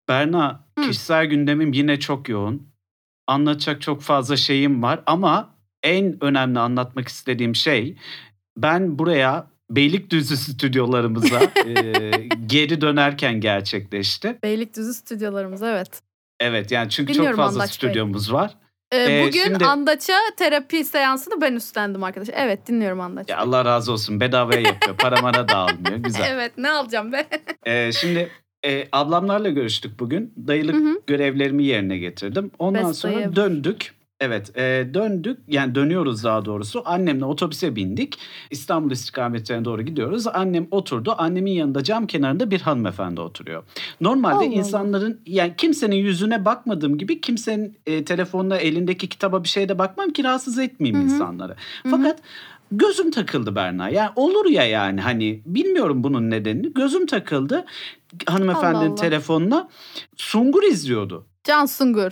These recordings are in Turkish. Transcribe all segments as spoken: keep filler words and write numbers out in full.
Berna, Hı. kişisel gündemim yine çok yoğun. Anlatacak çok fazla şeyim var ama en önemli anlatmak istediğim şey, ben buraya Beylikdüzü stüdyolarımıza e, geri dönerken gerçekleşti. Beylikdüzü stüdyolarımız, evet. Evet, yani çünkü çok Dinliyorum fazla Andaç Bey. stüdyomuz var. Ee, Ee, bugün şimdi Andaç'a terapi seansını ben üstlendim arkadaşlar. Evet, dinliyorum Andaç ya Bey. Allah razı olsun, bedavaya yapıyor. Para mara da almıyor. Güzel. Evet, ne alacağım be? Ee, şimdi e, ablamlarla görüştük bugün. Dayılık Hı hı. görevlerimi yerine getirdim. Ondan Best sonra dayı ever. döndük. Evet, e, döndük. Yani dönüyoruz daha doğrusu. Annemle otobüse bindik. İstanbul istikametine doğru gidiyoruz. Annem oturdu. Annemin yanında cam kenarında bir hanımefendi oturuyor. Normalde Allah Allah. insanların, yani kimsenin yüzüne bakmadığım gibi kimsenin e, telefonuna, elindeki kitaba bir şeye de bakmam ki rahatsız etmeyeyim Hı hı. insanları. Hı hı. Fakat gözüm takıldı Berna. Yani olur ya, yani hani bilmiyorum bunun nedenini. Gözüm takıldı Allah hanımefendinin Allah. telefonuna. Sungur izliyordu. Can Sungur.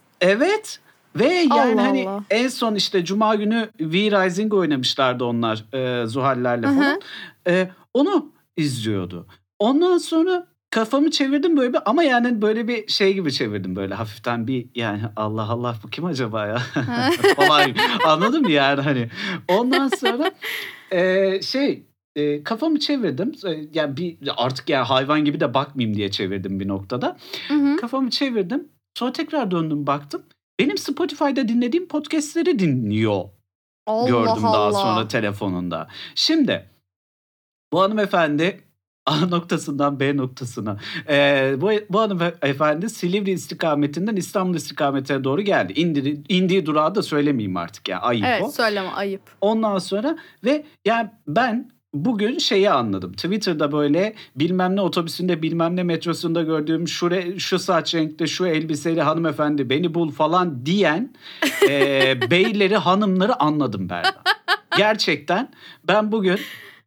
Evet. Ve yani Allah hani Allah. en son işte Cuma günü V Rising oynamışlardı onlar e, Zuhal'lerle Hı falan. hı. E, onu izliyordu. Ondan sonra kafamı çevirdim böyle bir, ama yani böyle bir şey gibi çevirdim, böyle hafiften bir, yani Allah Allah bu kim acaba ya falan, anladın mı yani hani. Ondan sonra e, şey e, kafamı çevirdim. E, yani bir artık, yani hayvan gibi de bakmayayım diye çevirdim bir noktada. Hı hı. Kafamı çevirdim. Sonra tekrar döndüm, baktım. Benim Spotify'da dinlediğim podcastleri dinliyor. Allah Gördüm daha sonra Allah. telefonunda. Şimdi bu hanımefendi A noktasından B noktasına. Ee, bu, bu hanımefendi Silivri istikametinden İstanbul istikametine doğru geldi. İndi, indiği durağı da söylemeyeyim artık ya. Ayıp o. Evet, söyleme, ayıp. Ondan sonra ve yani ben bugün şeyi anladım. Twitter'da böyle bilmem ne otobüsünde, bilmem ne metrosunda gördüğüm şu, re, şu saç renkte, şu elbiseli hanımefendi beni bul falan diyen e, beyleri, hanımları anladım Berna. Gerçekten ben bugün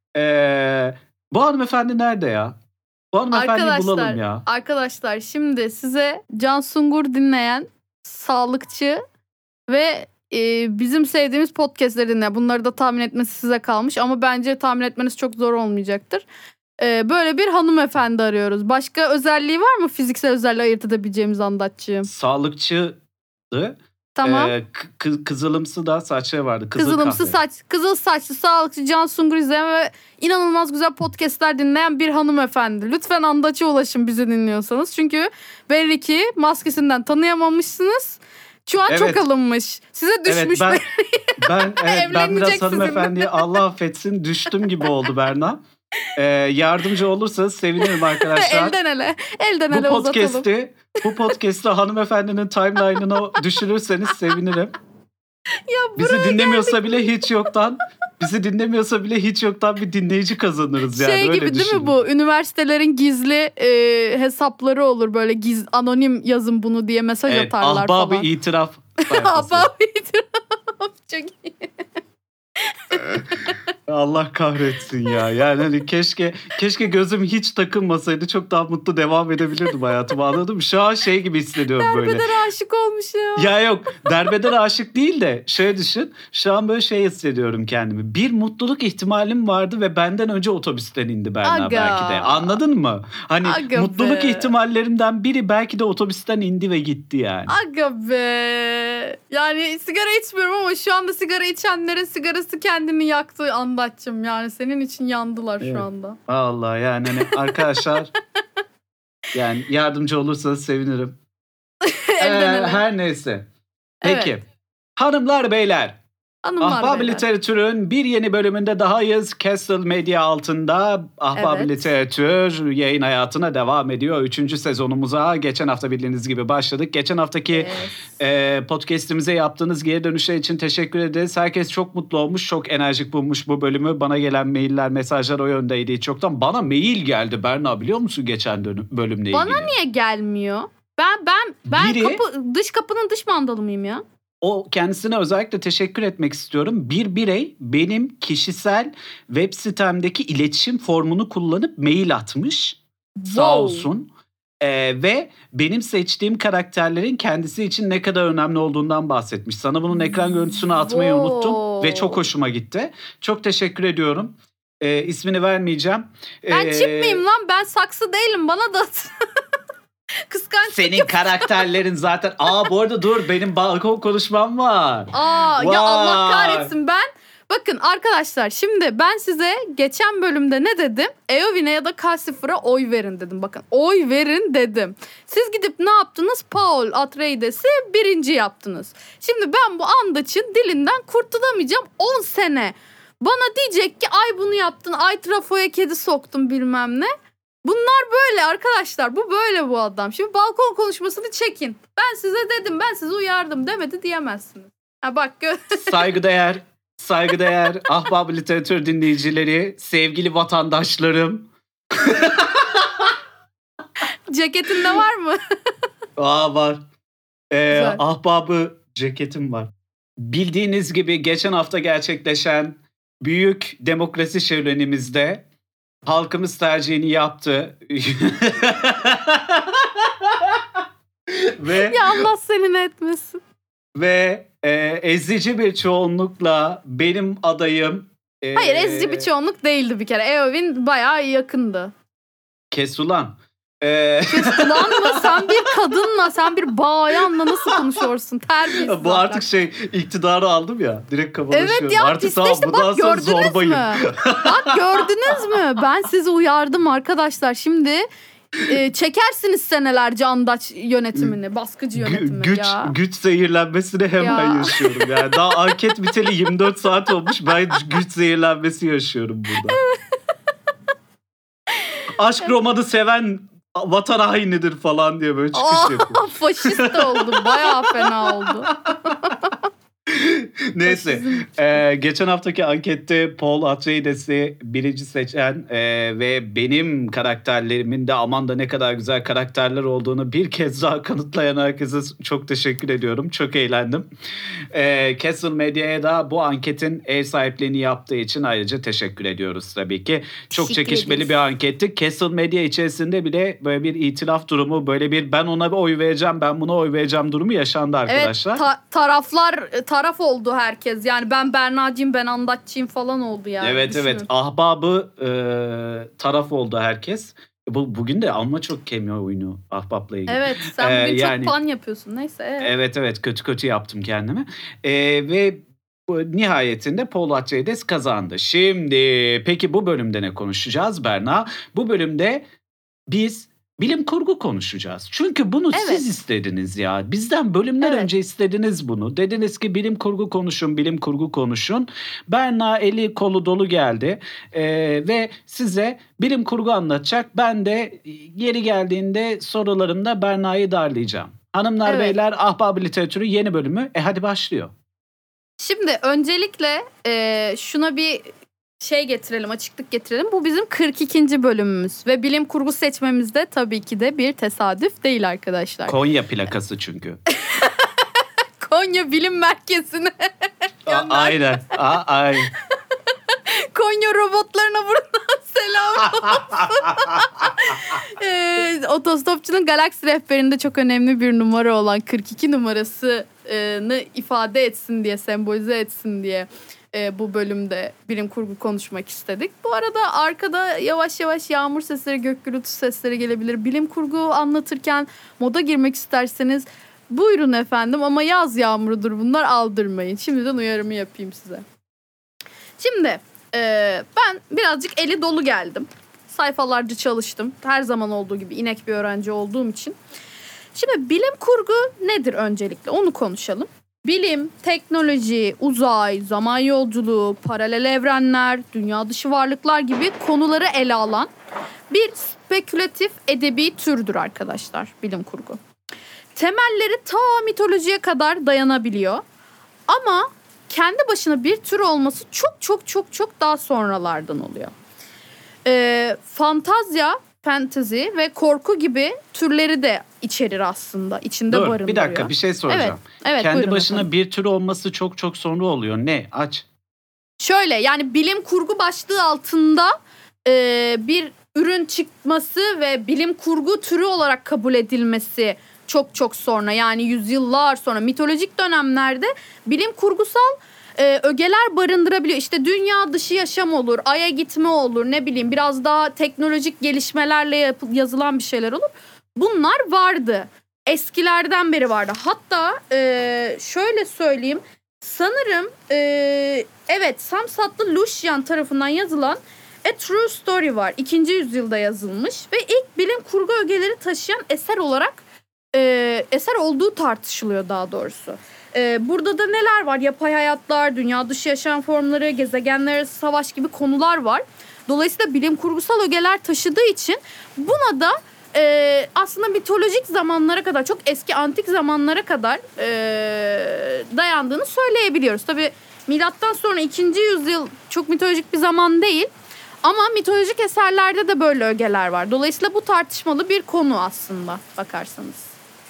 e, bu hanımefendi nerede ya? Bu hanımefendiyi bulalım Arkadaşlar, ya. arkadaşlar şimdi size Can Sungur dinleyen sağlıkçı ve e, bizim sevdiğimiz podcastleri dinleyen, bunları da tahmin etmesi size kalmış ama bence tahmin etmeniz çok zor olmayacaktır. E, böyle bir hanımefendi arıyoruz. Başka özelliği var mı fiziksel özelliği ayırt edebileceğimiz Andaççığım? Sağlıkçıydı. Tamam. Ee, kı- kızılımsı da saçları vardı. Kızıl Kızılımsı kahve. saç, kızıl saçlı sağlıkçı Can Sungur izleyen ve inanılmaz güzel podcastler dinleyen bir hanımefendi. Lütfen Andaç'a ulaşın bizi dinliyorsanız. Çünkü belli ki maskesinden tanıyamamışsınız. Şu an Evet. çok alınmış. Size düşmüş. Evet, ben ben evet, ben Evlenecek biraz sizinle. hanımefendiye Allah affetsin düştüm gibi oldu Berna. Ee, yardımcı olursanız sevinirim arkadaşlar. Elden ele. Elden Bu ele uzatalım. podcast'i bu podcast'i hanımefendinin timeline'ına düşürürseniz sevinirim. Ya Bizi buraya dinlemiyorsa bile hiç yoktan, bizi dinlemiyorsa bile hiç yoktan bir dinleyici kazanırız yani. Şey Öyle gibi değil düşünün. mi bu? Üniversitelerin gizli e, hesapları olur, böyle giz, anonim yazın bunu diye mesaj Evet, atarlar ahbabı falan. itiraf sayfası. Ahbabı itiraf. Çok iyi. Allah kahretsin ya. Yani hani keşke keşke gözüm hiç takılmasaydı, çok daha mutlu devam edebilirdim hayatıma, anladın mı? Şu an şey gibi hissediyorum böyle. Derbeder aşık olmuş ya. Ya yok, derbeder aşık değil de şöyle düşün. Şu an böyle şey hissediyorum kendimi. Bir mutluluk ihtimalim vardı ve benden önce otobüsten indi Berna. Aga. Belki de. Anladın mı? Hani Aga mutluluk be. ihtimallerimden biri belki de otobüsten indi ve gitti yani. Aga be. Yani sigara içmiyorum ama şu anda sigara içenlerin sigarası kendini yaktı Andaç'cığım. Yani senin için yandılar Evet. şu anda. Allah, yani hani arkadaşlar yani yardımcı olursanız sevinirim. Elden Ee, ele. her neyse. Peki. Evet. Hanımlar beyler. Hanımlar Ahbap beyler. Literatür'ün bir yeni bölümünde dahayız. Castle Media altında Ahbap Evet. Literatür yayın hayatına devam ediyor. Üçüncü sezonumuza geçen hafta bildiğiniz gibi başladık. Geçen haftaki Yes. e, podcast'imize yaptığınız geri dönüşler için teşekkür ederiz. Herkes çok mutlu olmuş, çok enerjik bulmuş bu bölümü. Bana gelen mailler, mesajlar o yöndeydi hiç çoktan. Bana mail geldi Berna, biliyor musun geçen dönüm, bölümle ilgili? Bana niye gelmiyor? Ben ben ben Biri- kapı dış kapının dış mandalı mıyım ya? O kendisine özellikle teşekkür etmek istiyorum. Bir birey benim kişisel web sitemdeki iletişim formunu kullanıp mail atmış. Sağ Wow. olsun. Ee, ve benim seçtiğim karakterlerin kendisi için ne kadar önemli olduğundan bahsetmiş. Sana bunun ekran görüntüsünü atmayı Wow. unuttum ve çok hoşuma gitti. Çok teşekkür ediyorum. Ee, ismini vermeyeceğim. Ben Ee, çip miyim lan? Ben saksı değilim. Bana da at. Kıskanç Senin karakterlerin zaten... Aa bu arada dur benim balkon konuşmam var. Aa Vay. ya Allah kahretsin ben. Bakın arkadaşlar şimdi ben size geçen bölümde ne dedim? Eowyn'e ya da Calcifer'a oy verin dedim. Bakın oy verin dedim. Siz gidip ne yaptınız? Paul Atreides'i birinci yaptınız. Şimdi ben bu Andaç'ın dilinden kurtulamayacağım on sene. Bana diyecek ki ay bunu yaptın, ay trafoya kedi soktun bilmem ne. Bunlar böyle arkadaşlar, bu böyle bu adam. Şimdi balkon konuşmasını çekin. Ben size dedim, ben sizi uyardım demedi diyemezsiniz. Ha bak gö- Saygıdeğer, saygıdeğer Ahbap Literatür dinleyicileri, sevgili vatandaşlarım. Ceketinde var mı? Aa var. Ee, Güzel. ahbabı ceketim var. Bildiğiniz gibi geçen hafta gerçekleşen büyük demokrasi şölenimizde halkımız tercihini yaptı. Ve Ya Allah seni ne etmesin. ve e, ezici bir çoğunlukla benim adayım e, Hayır ezici bir çoğunluk değildi bir kere. Eowyn bayağı yakındı. Kes ulan. E, Ulan mı? Sen bir kadınla, sen bir bayanla nasıl konuşuyorsun? Terbiyesiz. bu artık ahlak. şey iktidarı aldım ya. Direkt kabalaşıyorum. Evet ya Artık tamam pisleşti. bundan Bak sonra gördünüz zorbayım. mü? Bak gördünüz mü? Ben sizi uyardım arkadaşlar. Şimdi e, çekersiniz senelerce Andaç yönetimini, baskıcı Gü- yönetimini güç ya. güç zehirlenmesini hemen Ya. yaşıyorum. Yani daha anket biteli yirmi dört saat olmuş. Ben güç zehirlenmesi yaşıyorum burada. Aşk romanı seven vatan hainidir falan diye böyle çıkış Aa, yapıyor. faşist de oldu. Bayağı fena oldu. Neyse. Ee, geçen haftaki ankette Paul Atreides'i birinci seçen e, ve benim karakterlerimin de aman da ne kadar güzel karakterler olduğunu bir kez daha kanıtlayan herkese çok teşekkür ediyorum. Çok eğlendim. Ee, Castle Media'ya da bu anketin ev sahipliğini yaptığı için ayrıca teşekkür ediyoruz tabii ki. Çok Teşekkür çekişmeli ederiz. bir anketti. Castle Media içerisinde bile böyle bir itilaf durumu, böyle bir ben ona bir oy vereceğim, ben buna oy vereceğim durumu yaşandı arkadaşlar. Evet ta- taraflar taraf oldu herkes. Yani ben Berna'cıyım, ben Andaççıyım falan oldu yani. Evet Düşünün. evet ahbabı e, taraf oldu herkes. Bu, bugün de amma çok cameo oyunu ahbapla ilgili. Evet sen Ee, bugün yani- çok pan yapıyorsun. Neyse. Evet. Evet evet kötü kötü yaptım kendimi. E, ve bu, nihayetinde Paul Atreides kazandı. Şimdi peki bu bölümde ne konuşacağız Berna? Bu bölümde biz bilim kurgu konuşacağız. Çünkü bunu Evet. siz istediniz ya. Bizden bölümler Evet. önce istediniz bunu. Dediniz ki bilim kurgu konuşun, bilim kurgu konuşun. Berna eli kolu dolu geldi Ee, ve size bilim kurgu anlatacak. Ben de yeri geldiğinde sorularımda Berna'yı darlayacağım. Hanımlar Evet. beyler Ahbab Literatürü yeni bölümü. E hadi başlıyor. Şimdi öncelikle e, şuna bir şey getirelim, açıklık getirelim. Bu bizim kırk ikinci bölümümüz ve bilim kurgu seçmemizde tabii ki de bir tesadüf değil arkadaşlar. Konya plakası çünkü. Konya Bilim Merkezi'ne, A- aynen. A- aynen. Konya robotlarına buradan selam. e, Otostopçunun Galaksi Rehberi'nde çok önemli bir numara olan kırk iki numarasını ifade etsin diye, sembolize etsin diye e, bu bölümde bilim kurgu konuşmak istedik. Bu arada arkada yavaş yavaş yağmur sesleri, gök gürültüsü sesleri gelebilir. Bilim kurgu anlatırken moda girmek isterseniz buyurun efendim ama yaz yağmurudur bunlar, aldırmayın. Şimdiden uyarımı yapayım size. Şimdi e, ben birazcık eli dolu geldim. Sayfalarca çalıştım. Her zaman olduğu gibi inek bir öğrenci olduğum için. Şimdi bilim kurgu nedir öncelikle onu konuşalım. Bilim, teknoloji, uzay, zaman yolculuğu, paralel evrenler, dünya dışı varlıklar gibi konuları ele alan bir spekülatif edebi türdür arkadaşlar bilim kurgu. Temelleri ta mitolojiye kadar dayanabiliyor. Ama kendi başına bir tür olması çok çok çok çok daha sonralardan oluyor. Ee, fantazya, fantasy ve korku gibi türleri de içerir aslında. İçinde Dur barındırıyor. bir dakika bir şey soracağım. Evet, Kendi buyurun başına efendim. bir tür olması çok çok sonra oluyor. Ne? Aç. Şöyle yani bilim kurgu başlığı altında e, bir ürün çıkması ve bilim kurgu türü olarak kabul edilmesi çok çok sonra, yani yüzyıllar sonra, mitolojik dönemlerde bilim kurgusal e, ögeler barındırabiliyor. İşte dünya dışı yaşam olur, aya gitme olur, ne bileyim biraz daha teknolojik gelişmelerle yapı- yazılan bir şeyler olur. Bunlar vardı. eskilerden beri vardı. Hatta e, şöyle söyleyeyim. Sanırım e, evet Samsatlı Lucian tarafından yazılan A True Story var. ikinci yüzyılda yazılmış ve ilk bilim kurgu ögeleri taşıyan eser olarak e, eser olduğu tartışılıyor daha doğrusu. E, burada da neler var? Yapay hayatlar, dünya dışı yaşam formları, gezegenler arası savaş gibi konular var. Dolayısıyla bilim kurgusal ögeler taşıdığı için buna da e, aslında mitolojik zamanlara kadar, çok eski antik zamanlara kadar e, dayandığını söyleyebiliyoruz. Tabii milattan sonra ikinci yüzyıl çok mitolojik bir zaman değil. Ama mitolojik eserlerde de böyle ögeler var. Dolayısıyla bu tartışmalı bir konu aslında bakarsanız.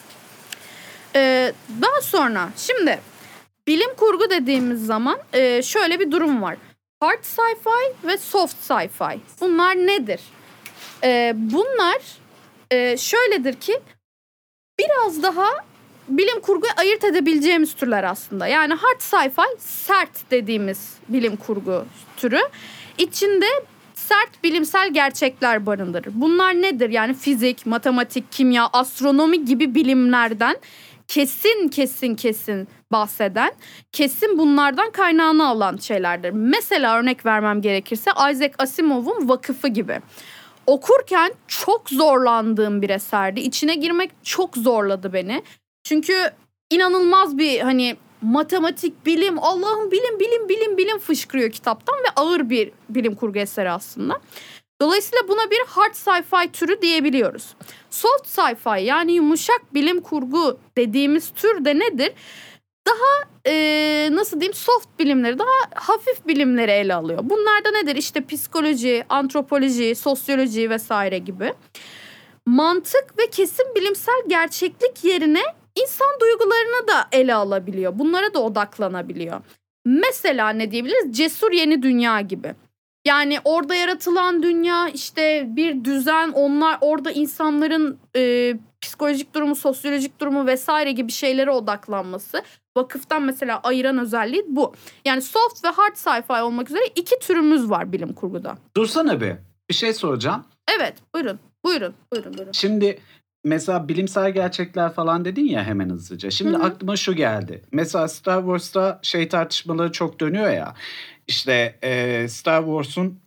Ee, daha sonra şimdi bilim kurgu dediğimiz zaman e, şöyle bir durum var. Hard sci-fi ve soft sci-fi. Bunlar nedir? Ee, bunlar e, şöyledir ki biraz daha bilim kurguyu ayırt edebileceğimiz türler aslında. Yani hard sci-fi sert dediğimiz bilim kurgu türü. İçinde sert bilimsel gerçekler barındırır. Bunlar nedir? Yani fizik, matematik, kimya, astronomi gibi bilimlerden kesin kesin kesin bahseden, kesin bunlardan kaynağını alan şeylerdir. Mesela örnek vermem gerekirse Isaac Asimov'un Vakıfı gibi. Okurken çok zorlandığım bir eserdi. İçine girmek çok zorladı beni. Çünkü inanılmaz bir hani matematik, bilim, Allah'ım bilim, bilim, bilim, bilim fışkırıyor kitaptan ve ağır bir bilim kurgu eseri aslında. Dolayısıyla buna bir hard sci-fi türü diyebiliyoruz. Soft sci-fi yani yumuşak bilim kurgu dediğimiz tür de nedir? Daha ee, nasıl diyeyim soft bilimleri, daha hafif bilimleri ele alıyor. Bunlar da nedir? İşte psikoloji, antropoloji, sosyoloji vesaire gibi. Mantık ve kesin bilimsel gerçeklik yerine İnsan duygularını da ele alabiliyor. Bunlara da odaklanabiliyor. Mesela ne diyebiliriz? Cesur Yeni Dünya gibi. Yani orada yaratılan dünya, işte bir düzen, onlar orada insanların e, psikolojik durumu, sosyolojik durumu vesaire gibi şeylere odaklanması. Vakıftan mesela ayıran özelliği bu. Yani soft ve hard sci-fi olmak üzere iki türümüz var bilim kurguda. Dursana bir. Bir şey soracağım. Evet, buyurun. Buyurun, buyurun, buyurun. Şimdi mesela bilimsel gerçekler falan dedin ya hemen hızlıca. Şimdi Hı hı. aklıma şu geldi. Mesela Star Wars'ta şey tartışmaları çok dönüyor ya. İşte e, Star Wars'un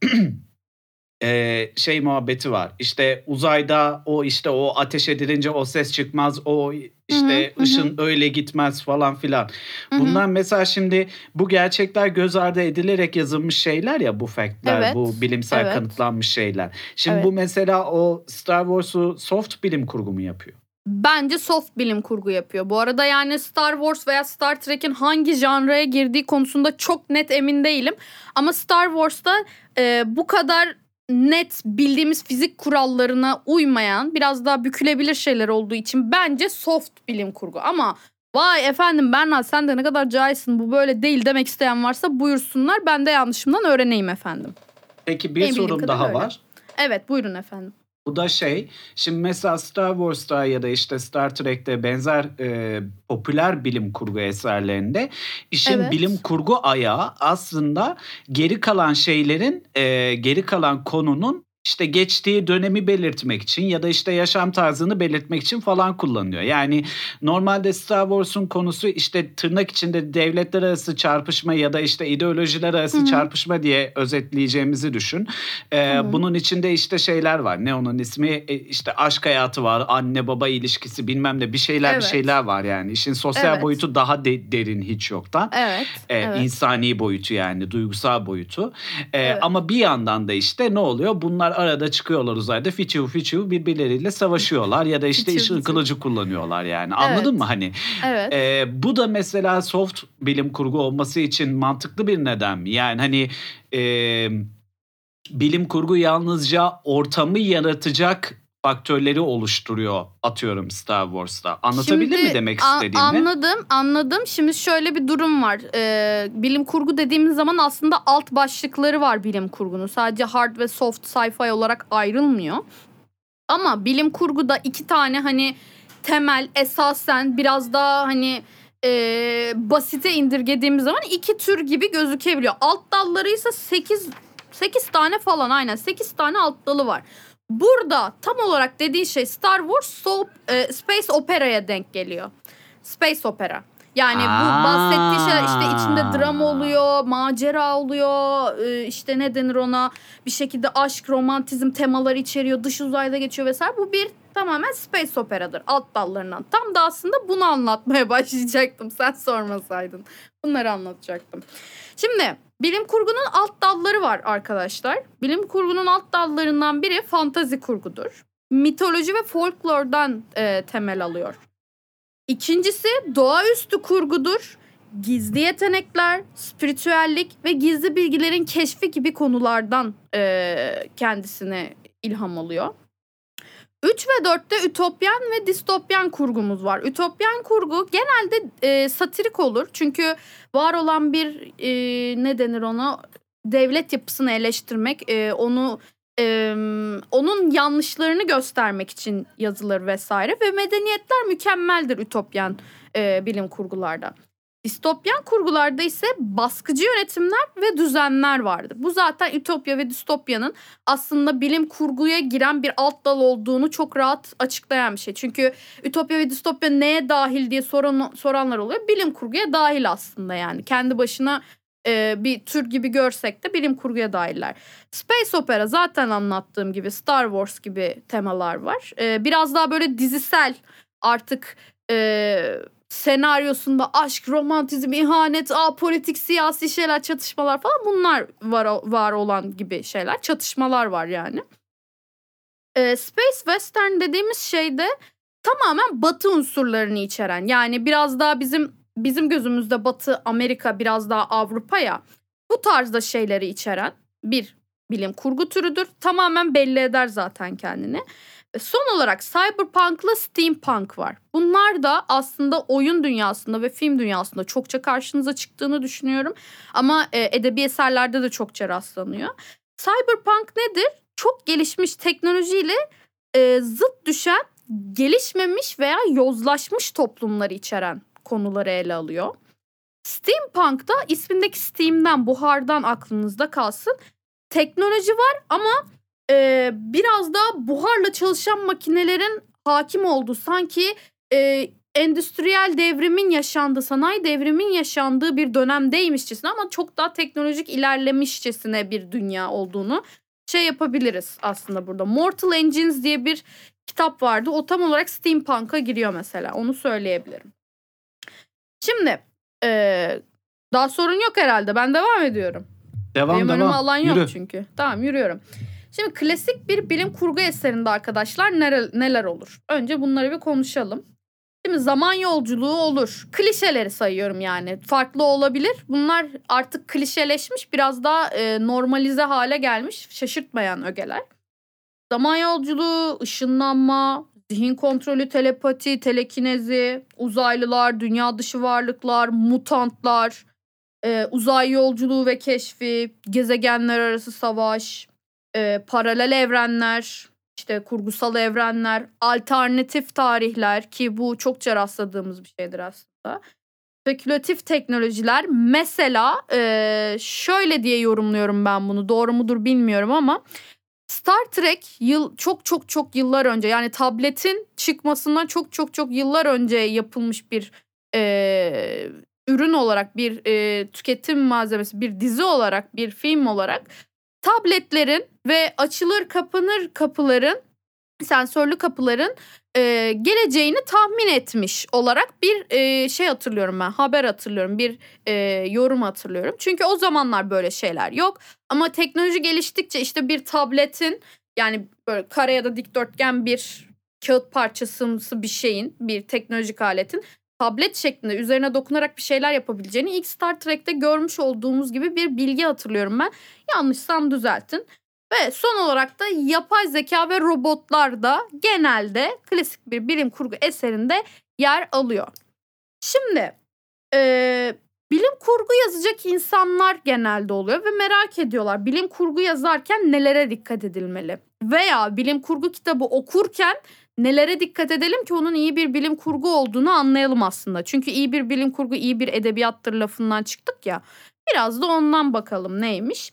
e, şey muhabbeti var. İşte uzayda o işte o ateş edilince o ses çıkmaz. O işte Hı hı, ışın öyle gitmez falan filan. Hı hı. Bunlar mesela şimdi bu gerçekler göz ardı edilerek yazılmış şeyler ya, bu factler, Evet, bu bilimsel evet. kanıtlanmış şeyler. Şimdi Evet. bu mesela o Star Wars'u soft bilim kurgu mu yapıyor? Bence soft bilim kurgu yapıyor. Bu arada yani Star Wars veya Star Trek'in hangi janraya girdiği konusunda çok net emin değilim. Ama Star Wars'ta e, bu kadar net bildiğimiz fizik kurallarına uymayan, biraz daha bükülebilir şeyler olduğu için bence soft bilim kurgu. Ama vay efendim Berna sen de ne kadar cahilsin, bu böyle değil demek isteyen varsa buyursunlar. Ben de yanlışımdan öğreneyim efendim. Peki bir Benim bildiğim sorum kadarıyla daha öyle. var. Evet buyurun efendim. Bu da şey, şimdi mesela Star Wars'ta ya da işte Star Trek'te benzer e, popüler bilim kurgu eserlerinde işin Evet. bilim kurgu ayağı aslında geri kalan şeylerin, e, geri kalan konunun işte geçtiği dönemi belirtmek için ya da işte yaşam tarzını belirtmek için falan kullanılıyor. Yani normalde Star Wars'un konusu işte tırnak içinde devletler arası çarpışma ya da işte ideolojiler arası Hı hı. çarpışma diye özetleyeceğimizi düşün. Ee, Tamam. bunun içinde işte şeyler var. Ne onun ismi? E, işte aşk hayatı var, anne baba ilişkisi bilmem ne bir şeyler Evet. bir şeyler var yani. İşin sosyal Evet. boyutu daha de- derin hiç yoktan. Evet. Ee, evet. insani boyutu yani duygusal boyutu. Ee, Evet. Ama bir yandan da işte ne oluyor? Bunlar arada çıkıyorlar uzayda fiçiv fiçiv birbirleriyle savaşıyorlar ya da işte Fiçiv ışın fiçiv. kılıcı kullanıyorlar yani. Anladın Evet. mı hani? Evet. Ee, bu da mesela soft bilim kurgu olması için mantıklı bir neden mi? Yani hani e, bilim kurgu yalnızca ortamı yaratacak faktörleri oluşturuyor atıyorum Star Wars'ta. Anlatabildim Şimdi mi demek a- istediğimi? Anladım, anladım. Şimdi şöyle bir durum var. Ee, bilim kurgu dediğimiz zaman aslında alt başlıkları var bilim kurgunun. Sadece hard ve soft sci-fi olarak ayrılmıyor. Ama bilim kurguda iki tane hani temel, esasen biraz daha hani e, basite indirgediğimiz zaman iki tür gibi gözükebiliyor. Alt dalları ise sekiz sekiz tane falan, aynen sekiz tane alt dalı var. burada tam olarak dediğin şey Star Wars soap, e, Space Opera'ya denk geliyor. Space Opera. Yani bu bahsettiği şeyler işte içinde dram oluyor, macera oluyor, e, işte ne denir ona, bir şekilde aşk, romantizm temaları içeriyor, dış uzayda geçiyor vesaire. Bu bir tamamen space operadır alt dallarından. Tam da aslında bunu anlatmaya başlayacaktım sen sormasaydın. Bunları anlatacaktım. Şimdi bilim kurgunun alt dalları var arkadaşlar. Bilim kurgunun alt dallarından biri fantazi kurgudur. Mitoloji ve folklordan e, temel alıyor. İkincisi doğaüstü kurgudur. Gizli yetenekler, spiritüellik ve gizli bilgilerin keşfi gibi konulardan e, kendisine ilham alıyor. üç ve dörtte ütopyan ve distopyan kurgumuz var. Ütopyan kurgu genelde e, satirik olur. Çünkü var olan bir e, ne denir ona, devlet yapısını eleştirmek, e, onu e, onun yanlışlarını göstermek için yazılır vesaire. Ve medeniyetler mükemmeldir ütopyan e, bilim kurgularda. Distopyan kurgularda ise baskıcı yönetimler ve düzenler vardır. Bu zaten ütopya ve distopyanın aslında bilim kurguya giren bir alt dal olduğunu çok rahat açıklayan bir şey. Çünkü ütopya ve distopya neye dahil diye soran, soranlar oluyor. Bilim kurguya dahil aslında yani. Kendi başına e, bir tür gibi görsek de bilim kurguya dahiller. Space Opera zaten anlattığım gibi Star Wars gibi temalar var. E, biraz daha böyle dizisel artık... E, senaryosunda aşk, romantizm, ihanet, apolitik, siyasi şeyler, çatışmalar falan bunlar var, var olan gibi şeyler. Çatışmalar var yani. Ee, Space Western dediğimiz şeyde tamamen batı unsurlarını içeren. Yani biraz daha bizim bizim gözümüzde batı, Amerika, biraz daha Avrupa ya. Bu tarzda şeyleri içeren bir bilim kurgu türüdür. Tamamen belli eder zaten kendini. Son olarak cyberpunk'la steampunk var. Bunlar da aslında oyun dünyasında ve film dünyasında çokça karşınıza çıktığını düşünüyorum. Ama e, edebi eserlerde de çokça rastlanıyor. Cyberpunk nedir? Çok gelişmiş teknolojiyle e, zıt düşen, gelişmemiş veya yozlaşmış toplumları içeren konuları ele alıyor. Steampunk da ismindeki steam'den, buhardan aklınızda kalsın. Teknoloji var ama Ee, biraz daha buharla çalışan makinelerin hakim olduğu, sanki e, endüstriyel devrimin yaşandığı, sanayi devrimin yaşandığı bir dönemdeymişçesine ama çok daha teknolojik ilerlemişçesine bir dünya olduğunu şey yapabiliriz aslında burada. Mortal Engines diye bir kitap vardı. O tam olarak steampunk'a giriyor mesela. Onu söyleyebilirim. Şimdi e, daha sorun yok herhalde. Ben devam ediyorum. Devam Benim devam. önüme alan yok Yürü. çünkü. Tamam, yürüyorum. Şimdi klasik bir bilim kurgu eserinde arkadaşlar neler, neler olur? Önce bunları bir konuşalım. Şimdi zaman yolculuğu olur. Klişeleri sayıyorum yani. Farklı olabilir. Bunlar artık klişeleşmiş, biraz daha e, normalize hale gelmiş, şaşırtmayan ögeler. Zaman yolculuğu, ışınlanma, zihin kontrolü, telepati, telekinezi, uzaylılar, dünya dışı varlıklar, mutantlar, e, uzay yolculuğu ve keşfi, gezegenler arası savaş, e, paralel evrenler, işte kurgusal evrenler, alternatif tarihler ki bu çokça rastladığımız bir şeydir aslında. Spekülatif teknolojiler, mesela e, şöyle diye yorumluyorum ben bunu, doğru mudur bilmiyorum ama Star Trek yıl çok çok çok yıllar önce, yani tabletin çıkmasından çok çok çok yıllar önce yapılmış bir e, ürün olarak, bir e, tüketim malzemesi, bir dizi olarak, bir film olarak tabletlerin ve açılır kapanır kapıların, sensörlü kapıların e, geleceğini tahmin etmiş olarak bir e, şey hatırlıyorum ben, haber hatırlıyorum, bir e, yorum hatırlıyorum. Çünkü o zamanlar böyle şeyler yok ama teknoloji geliştikçe işte bir tabletin, yani böyle kare ya da dikdörtgen bir kağıt parçasımsı bir şeyin, bir teknolojik aletin tablet şeklinde üzerine dokunarak bir şeyler yapabileceğini ilk Star Trek'te görmüş olduğumuz gibi bir bilgi hatırlıyorum ben. Yanlışsam düzeltin. Ve son olarak da yapay zeka ve robotlar da genelde klasik bir bilim kurgu eserinde yer alıyor. Şimdi e, bilim kurgu yazacak insanlar genelde oluyor ve merak ediyorlar bilim kurgu yazarken nelere dikkat edilmeli? Veya bilim kurgu kitabı okurken nelere dikkat edelim ki onun iyi bir bilim kurgu olduğunu anlayalım aslında. Çünkü iyi bir bilim kurgu iyi bir edebiyattır lafından çıktık ya. Biraz da ondan bakalım neymiş.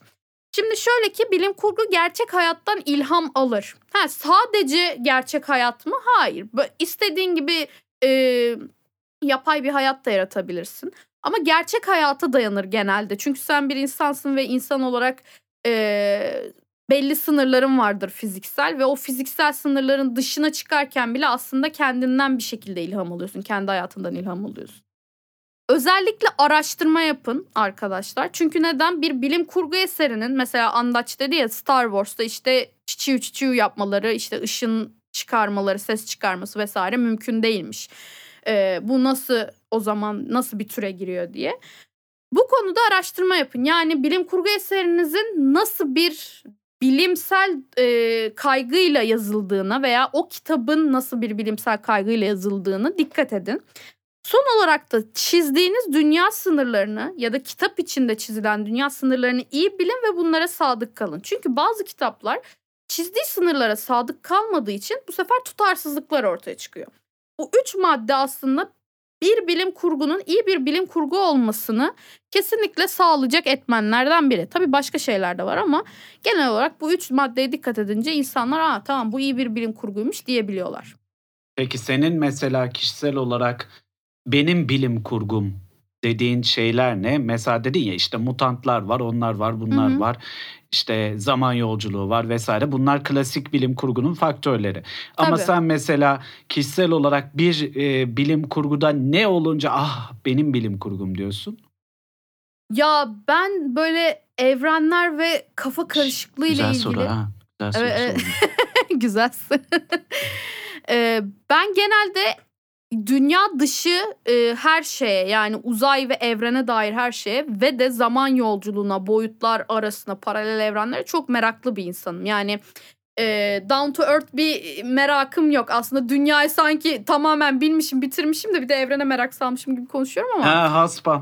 Şimdi şöyle ki bilim kurgu gerçek hayattan ilham alır. Ha, sadece gerçek hayat mı? Hayır. Bö- İstediğin gibi e, yapay bir hayat da yaratabilirsin. Ama gerçek hayata dayanır genelde. Çünkü sen bir insansın ve insan olarak e, belli sınırların vardır fiziksel. Ve o fiziksel sınırların dışına çıkarken bile aslında kendinden bir şekilde ilham alıyorsun. Kendi hayatından ilham alıyorsun. Özellikle araştırma yapın arkadaşlar. Çünkü neden? Bir bilim kurgu eserinin mesela Andaç dedi ya Star Wars'ta işte çiçiu çiçiu yapmaları, işte ışın çıkarmaları, ses çıkarması vesaire mümkün değilmiş. Ee, bu nasıl o zaman nasıl bir türe giriyor diye. Bu konuda araştırma yapın. Yani bilim kurgu eserinizin nasıl bir bilimsel e, kaygıyla yazıldığına veya o kitabın nasıl bir bilimsel kaygıyla yazıldığını dikkat edin. Son olarak da çizdiğiniz dünya sınırlarını ya da kitap içinde çizilen dünya sınırlarını iyi bilin ve bunlara sadık kalın. Çünkü bazı kitaplar çizdiği sınırlara sadık kalmadığı için bu sefer tutarsızlıklar ortaya çıkıyor. Bu üç madde aslında bir bilim kurgunun iyi bir bilim kurgu olmasını kesinlikle sağlayacak etmenlerden biri. Tabii başka şeyler de var ama genel olarak bu üç maddeye dikkat edince insanlar aa tamam bu iyi bir bilim kurguymuş diyebiliyorlar. Peki senin mesela kişisel olarak benim bilim kurgum dediğin şeyler ne? Mesela dedin ya işte mutantlar var, onlar var, Hı bunlar hı. var. İşte zaman yolculuğu var vesaire. Bunlar klasik bilim kurgunun faktörleri. Ama Tabii. sen mesela kişisel olarak bir e, bilim kurguda ne olunca ah benim bilim kurgum diyorsun? Ya ben böyle evrenler ve kafa Şş, karışıklığı ile güzel soru ilgili. ha. Güzel soru Evet, evet. sordun. Güzelsin. Ee, ben genelde dünya dışı e, her şeye yani uzay ve evrene dair her şeye ve de zaman yolculuğuna, boyutlar arasına, paralel evrenlere çok meraklı bir insanım. Yani e, down to earth bir merakım yok. Aslında dünyayı sanki tamamen bilmişim, bitirmişim de bir de evrene merak salmışım gibi konuşuyorum ama. Ha haspam.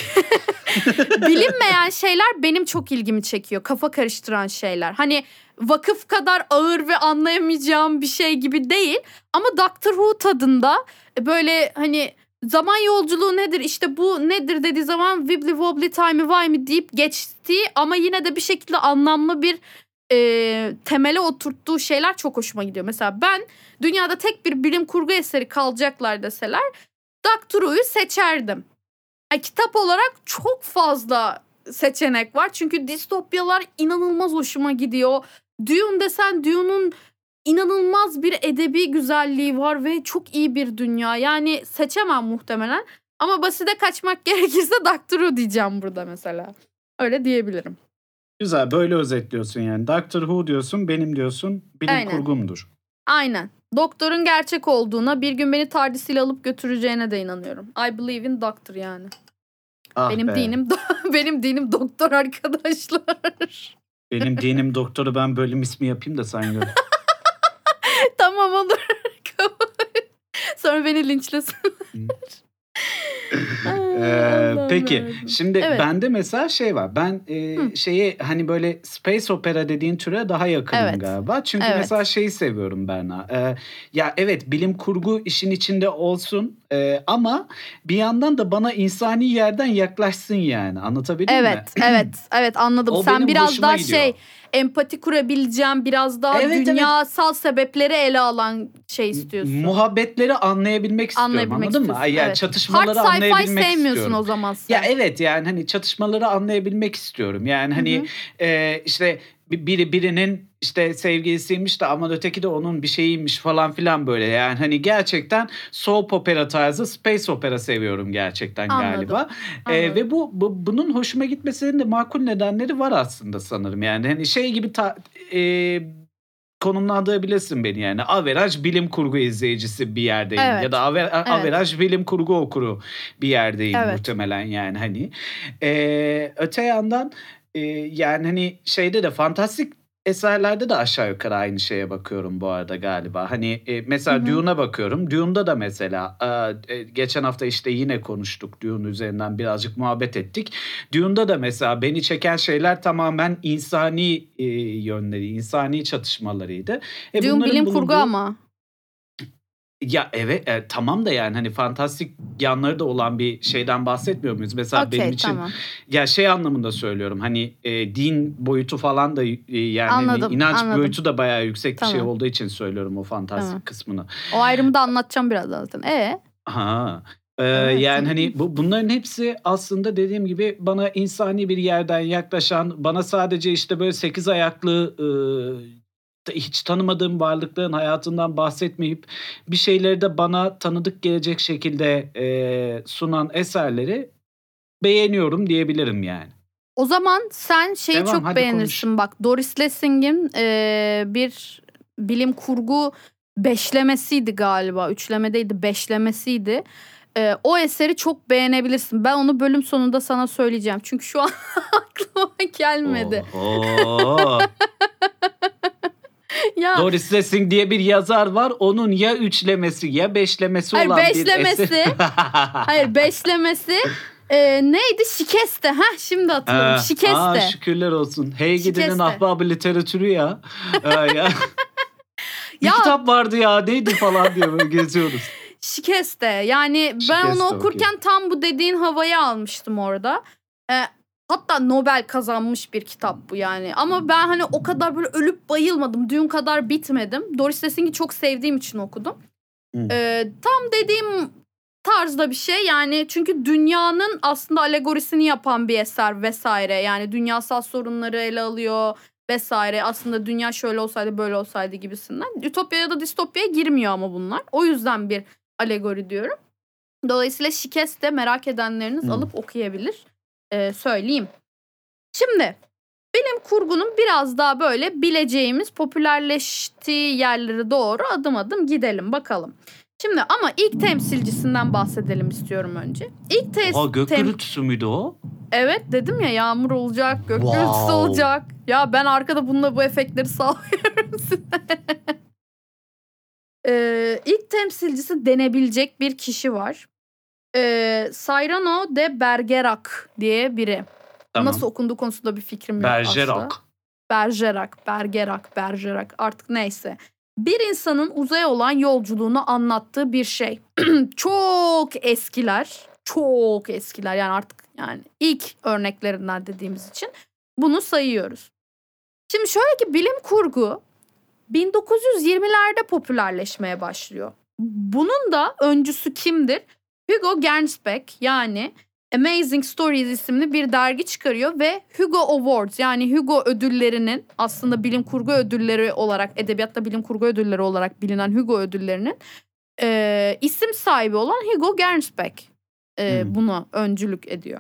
Bilinmeyen şeyler benim çok ilgimi çekiyor. Kafa karıştıran şeyler. Hani vakıf kadar ağır ve anlayamayacağım bir şey gibi değil. Ama Doctor Who tadında böyle hani zaman yolculuğu nedir işte bu nedir dediği zaman wibbly wobbly timey wimey deyip geçtiği ama yine de bir şekilde anlamlı bir e, temele oturttuğu şeyler çok hoşuma gidiyor. Mesela ben dünyada tek bir bilim kurgu eseri kalacaklar deseler Doctor Who'yu seçerdim. Yani kitap olarak çok fazla seçenek var. Çünkü distopyalar inanılmaz hoşuma gidiyor. Dune desen Dune'un inanılmaz bir edebi güzelliği var ve çok iyi bir dünya. Yani seçemem muhtemelen. Ama basite kaçmak gerekirse Doctor Who diyeceğim burada mesela. Öyle diyebilirim. Güzel böyle özetliyorsun yani. Doctor Who diyorsun, benim diyorsun, bilim Aynen. kurgumdur. Aynen. Doktorun gerçek olduğuna, bir gün beni TARDIS'iyle alıp götüreceğine de inanıyorum. I believe in doctor yani. Ah Benim be. dinim do- benim dinim doktor arkadaşlar. Benim dinim doktoru ben bölüm ismi yapayım da sen gör. Tamam olur. Kabul. Sonra beni linçlesin. Ay, Ee, Allah'ım peki yarabbim. şimdi Evet. bende mesela şey var. Ben e, Hı. şeyi hani böyle space opera dediğin türe daha yakınım Evet. galiba. Çünkü Evet. mesela şeyi seviyorum Berna. Ee, ya evet bilim kurgu işin içinde olsun e, ama bir yandan da bana insani yerden yaklaşsın yani. Anlatabildim mi? Evet, evet, evet anladım. O Sen benim biraz hoşuma daha gidiyor. şey empati kurabileceğim, biraz daha Evet, evet. dünyasal sebepleri ele alan şey istiyorsun. Muhabbetleri anlayabilmek istiyorum Anlayabilmek anladın mı? istiyorsun. Ay, Yani Evet. çatışmaları Hard sci-fi anlayabilmek sevmiyorsun istiyorum. o zaman sen. Ya evet yani hani çatışmaları anlayabilmek istiyorum. Yani Hı hani hı. e, işte bi- biri birinin işte sevgilisiymiş de ama öteki de onun bir şeyiymiş falan filan böyle. Yani hani gerçekten soap opera tarzı space opera seviyorum gerçekten Anladım. galiba. E, Anladım. ve bu, bu bunun hoşuma gitmesinin de makul nedenleri var aslında sanırım. Yani hani şey gibi ta, e, konumlandırabilirsin beni yani. Averaj bilim kurgu izleyicisi bir yerdeyim Evet. ya da aver, Evet. averaj bilim kurgu okuru bir yerdeyim Evet. muhtemelen yani hani. Ee, öte yandan e, yani hani şeyde de fantastik eserlerde de aşağı yukarı aynı şeye bakıyorum bu arada galiba. Hani e, mesela Hı hı. Dune'a bakıyorum. Dune'da da mesela e, geçen hafta işte yine konuştuk. Dune üzerinden birazcık muhabbet ettik. Dune'da da mesela beni çeken şeyler tamamen insani e, yönleri, insani çatışmalarıydı. E Dune bunların bilim kurgu bulunduğu ama. Ya, evet, eee, tamam da yani, hani, fantastik yanları da olan bir şeyden bahsetmiyor muyuz? Mesela benim Okay, için tamam. ya, şey anlamında söylüyorum, hani, eee, din boyutu falan da y eee, yani, hani, Anladım, inanç anladım. boyutu da bayağı yüksek bir şey Tamam. olduğu için söylüyorum o Tamam. fantastik kısmını. O ayrımı da anlatacağım birazdan zaten. E? Ha. Eee, Evet, yani, tamam. hani, bu bunların hepsi aslında dediğim gibi bana insani bir yerden yaklaşan, bana sadece, işte, böyle sekiz ayaklı, ııı, t hiç tanımadığım varlıkların hayatından bahsetmeyip bir şeyleri de bana tanıdık gelecek şekilde, eee, sunan eserleri beğeniyorum diyebilirim yani. O zaman sen şeyi Devam, çok hadi konuş. beğenirsin bak. Doris Lessing'in eee, bir bilim kurgu beşlemesiydi galiba. Üçleme değildi, beşlemesiydi. Eee, o eseri çok beğenebilirsin. Ben onu bölüm sonunda sana söyleyeceğim. Çünkü şu an aklıma gelmedi. Oho! Ya Doris Lessing diye bir yazar var. Onun ya üçlemesi ya beşlemesi hayır olan bir eser. beşlemesi, hayır beşlemesi eee, neydi? Şikeste. Heh, şimdi hatırladım. Ha, a, Şikeste. şükürler olsun. Hey gidenin Şikeste. ahbabı literatürü ya. Eee, ya bir Ya kitap vardı ya neydi falan diye böyle geziyoruz. Şikeste. Yani ben onu Şikeste, okey. okurken tam bu dediğin havayı almıştım orada. Eee, hatta Nobel kazanmış bir kitap bu yani. Ama ben hani o kadar böyle ölüp bayılmadım. Dune kadar bitmedim. Doris Lessing'i çok sevdiğim için okudum. Hı. Eee, tam dediğim tarzda bir şey yani çünkü dünyanın aslında alegorisini yapan bir eser vesaire. Yani dünyasal sorunları ele alıyor vesaire. Aslında dünya şöyle olsaydı böyle olsaydı gibisinden. Ütopya ya da distopyaya girmiyor ama bunlar. O yüzden bir alegori diyorum. Dolayısıyla Şikeste merak edenleriniz Hı. alıp okuyabilir. Eee, söyleyeyim. Şimdi bilim kurgunun biraz daha böyle bileceğimiz popülerleştiği yerlere doğru adım adım gidelim bakalım. Şimdi ama ilk temsilcisinden bahsedelim istiyorum önce. İlk tes- Oha gök tem- gürültüsü müydü o? Evet dedim ya yağmur olacak, gök gürültüsü Wow. olacak. Ya ben arkada bununla bu efektleri sağlıyorum size. Ee, ilk temsilcisi denebilecek bir kişi var. Ee, Cyrano de Bergerac diye biri. Tamam. Nasıl okunduğu konusunda bir fikrim yok asla. Bergerac. Bergerac, Bergerac, Bergerac artık neyse. Bir insanın uzaya olan yolculuğunu anlattığı bir şey. Çok eskiler, çok eskiler yani artık yani ilk örneklerinden dediğimiz için bunu sayıyoruz. Şimdi şöyle ki bilim kurgu bin dokuz yüz yirmilerde popülerleşmeye başlıyor. Bunun da öncüsü kimdir? Hugo Gernsback yani Amazing Stories isimli bir dergi çıkarıyor ve Hugo Awards yani Hugo ödüllerinin aslında bilim kurgu ödülleri olarak edebiyatta bilim kurgu ödülleri olarak bilinen Hugo ödüllerinin e, isim sahibi olan Hugo Gernsback e, Hmm. buna öncülük ediyor.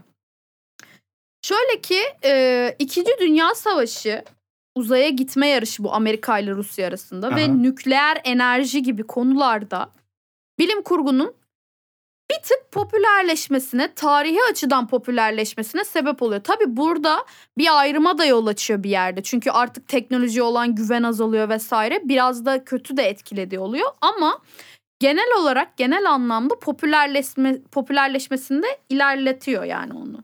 Şöyle ki e, İkinci Dünya Savaşı uzaya gitme yarışı bu Amerika ile Rusya arasında Aha. ve nükleer enerji gibi konularda bilim kurgunun bir tık popülerleşmesine, tarihi açıdan popülerleşmesine sebep oluyor. Tabii burada bir ayrıma da yol açıyor bir yerde. Çünkü artık teknolojiye olan güven azalıyor vesaire. Biraz da kötü de etkilediği oluyor ama genel olarak genel anlamda popülerleşme popülerleşmesini de ilerletiyor yani onu.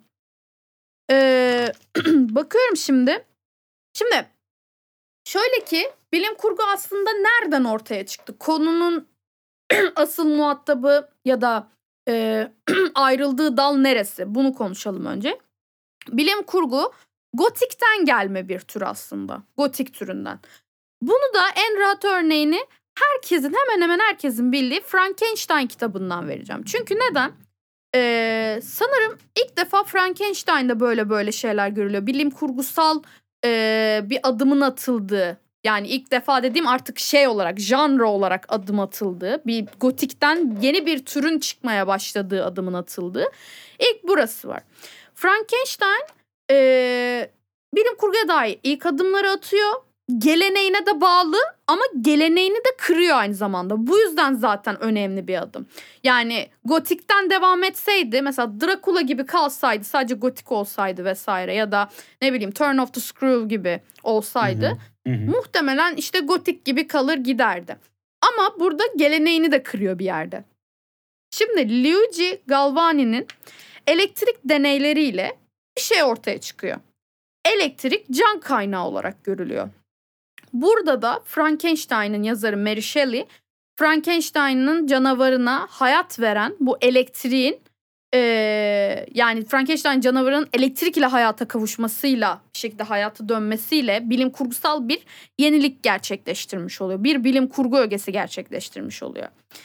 Ee, bakıyorum şimdi. Şimdi şöyle ki bilim kurgu aslında nereden ortaya çıktı? Konunun asıl muhatabı ya da e, ayrıldığı dal neresi? Bunu konuşalım önce. Bilim kurgu gotikten gelme bir tür aslında. Gotik türünden. Bunu da en rahat örneğini herkesin hemen hemen herkesin bildiği Frankenstein kitabından vereceğim. Çünkü neden? Ee, sanırım ilk defa Frankenstein'da böyle böyle şeyler görülüyor. Bilim kurgusal e, bir adımın atıldığı. Yani ilk defa dediğim artık şey olarak, janra olarak adım atıldığı. Bir gotikten yeni bir türün çıkmaya başladığı adımın atıldığı. İlk burası var. Frankenstein e, bilim kurguya dair ilk adımları atıyor. Geleneğine de bağlı ama geleneğini de kırıyor aynı zamanda. Bu yüzden zaten önemli bir adım. Yani gotikten devam etseydi mesela Dracula gibi kalsaydı sadece gotik olsaydı vesaire ya da ne bileyim Turn of the Screw gibi olsaydı Hı hı. Hı hı. muhtemelen işte gotik gibi kalır giderdi. Ama burada geleneğini de kırıyor bir yerde. Şimdi Luigi Galvani'nin elektrik deneyleriyle bir şey ortaya çıkıyor. Elektrik can kaynağı olarak görülüyor. Burada da Frankenstein'ın yazarı Mary Shelley Frankenstein'ın canavarına hayat veren bu elektriğin e, yani Frankenstein canavarının elektrik ile hayata kavuşmasıyla bir şekilde hayata dönmesiyle bilim kurgusal bir yenilik gerçekleştirmiş oluyor. Bir bilim kurgu ögesi gerçekleştirmiş oluyor.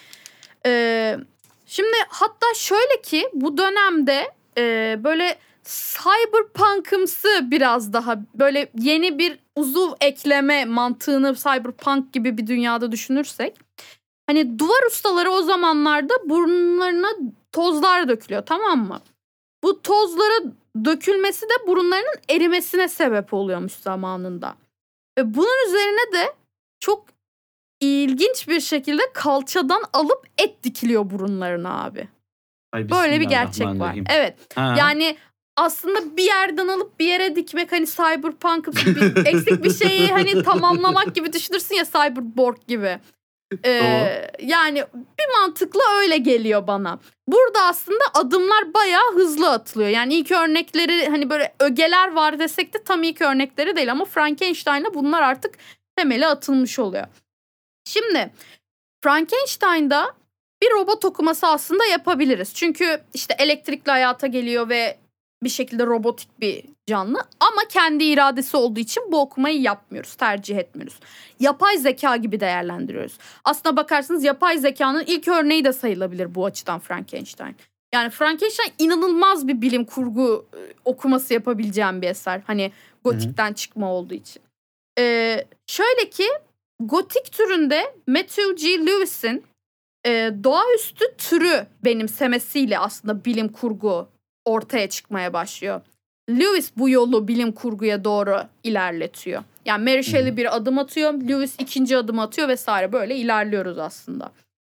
E, şimdi hatta şöyle ki bu dönemde e, böyle cyberpunk'ımsı biraz daha böyle yeni bir uzuv ekleme mantığını cyberpunk gibi bir dünyada düşünürsek hani duvar ustaları o zamanlarda burunlarına tozlar dökülüyor, tamam mı? Bu tozlara dökülmesi de burunlarının erimesine sebep oluyormuş zamanında. Ve bunun üzerine de çok ilginç bir şekilde kalçadan alıp et dikiliyor burunlarına abi. Ay Böyle bir gerçek var. bismillahirrahmanirrahim. Evet. Ha. Yani aslında bir yerden alıp bir yere dikmek hani cyberpunk bir eksik bir şeyi hani tamamlamak gibi düşünürsün ya, cyberborg gibi. Ee, yani bir mantıkla öyle geliyor bana. Burada aslında adımlar bayağı hızlı atılıyor. Yani ilk örnekleri hani böyle ögeler var desek de tam ilk örnekleri değil ama Frankenstein'la bunlar artık temeli atılmış oluyor. Şimdi Frankenstein'da bir robot okuması aslında yapabiliriz. Çünkü işte elektrikli hayata geliyor ve bir şekilde robotik bir canlı ama kendi iradesi olduğu için bu okumayı yapmıyoruz, tercih etmiyoruz. Yapay zeka gibi değerlendiriyoruz. Aslına bakarsanız yapay zekanın ilk örneği de sayılabilir bu açıdan Frankenstein. Yani Frankenstein inanılmaz bir bilim kurgu okuması yapabileceğim bir eser. Hani gotikten çıkma olduğu için. Ee, şöyle ki gotik türünde Matthew G. Lewis'in e, doğaüstü türü benimsemesiyle aslında bilim kurgu ortaya çıkmaya başlıyor. Lewis bu yolu bilim kurguya doğru ilerletiyor. Yani Mary Shelley bir adım atıyor, Lewis ikinci adım atıyor vesaire, böyle ilerliyoruz aslında.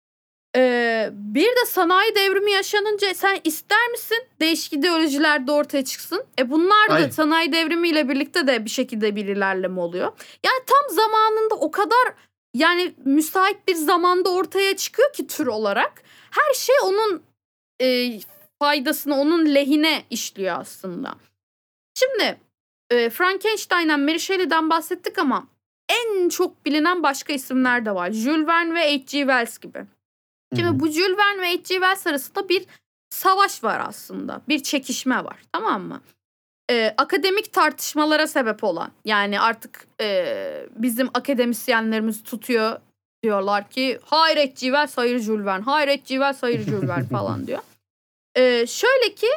Ee, bir de sanayi devrimi yaşanınca sen ister misin değişik ideolojiler de ortaya çıksın? E bunlar da Ay. sanayi devrimiyle birlikte de bir şekilde bir ilerleme oluyor. Yani tam zamanında o kadar yani müsait bir zamanda ortaya çıkıyor ki tür olarak. Her şey onun e, faydasını, onun lehine işliyor aslında. Şimdi e, Frankenstein'den, Mary Shelley'den bahsettik ama en çok bilinen başka isimler de var. Jules Verne ve H G. Wells gibi. Şimdi Hı-hı. bu Jules Verne ve H G. Wells arasında bir savaş var aslında. Bir çekişme var, tamam mı? Ee, akademik tartışmalara sebep olan, yani artık e, bizim akademisyenlerimiz tutuyor, diyorlar ki hayır H G. Wells, hayır Jules Verne, hayır H G. Wells, hayır Jules Verne falan diyor. Ee, şöyle ki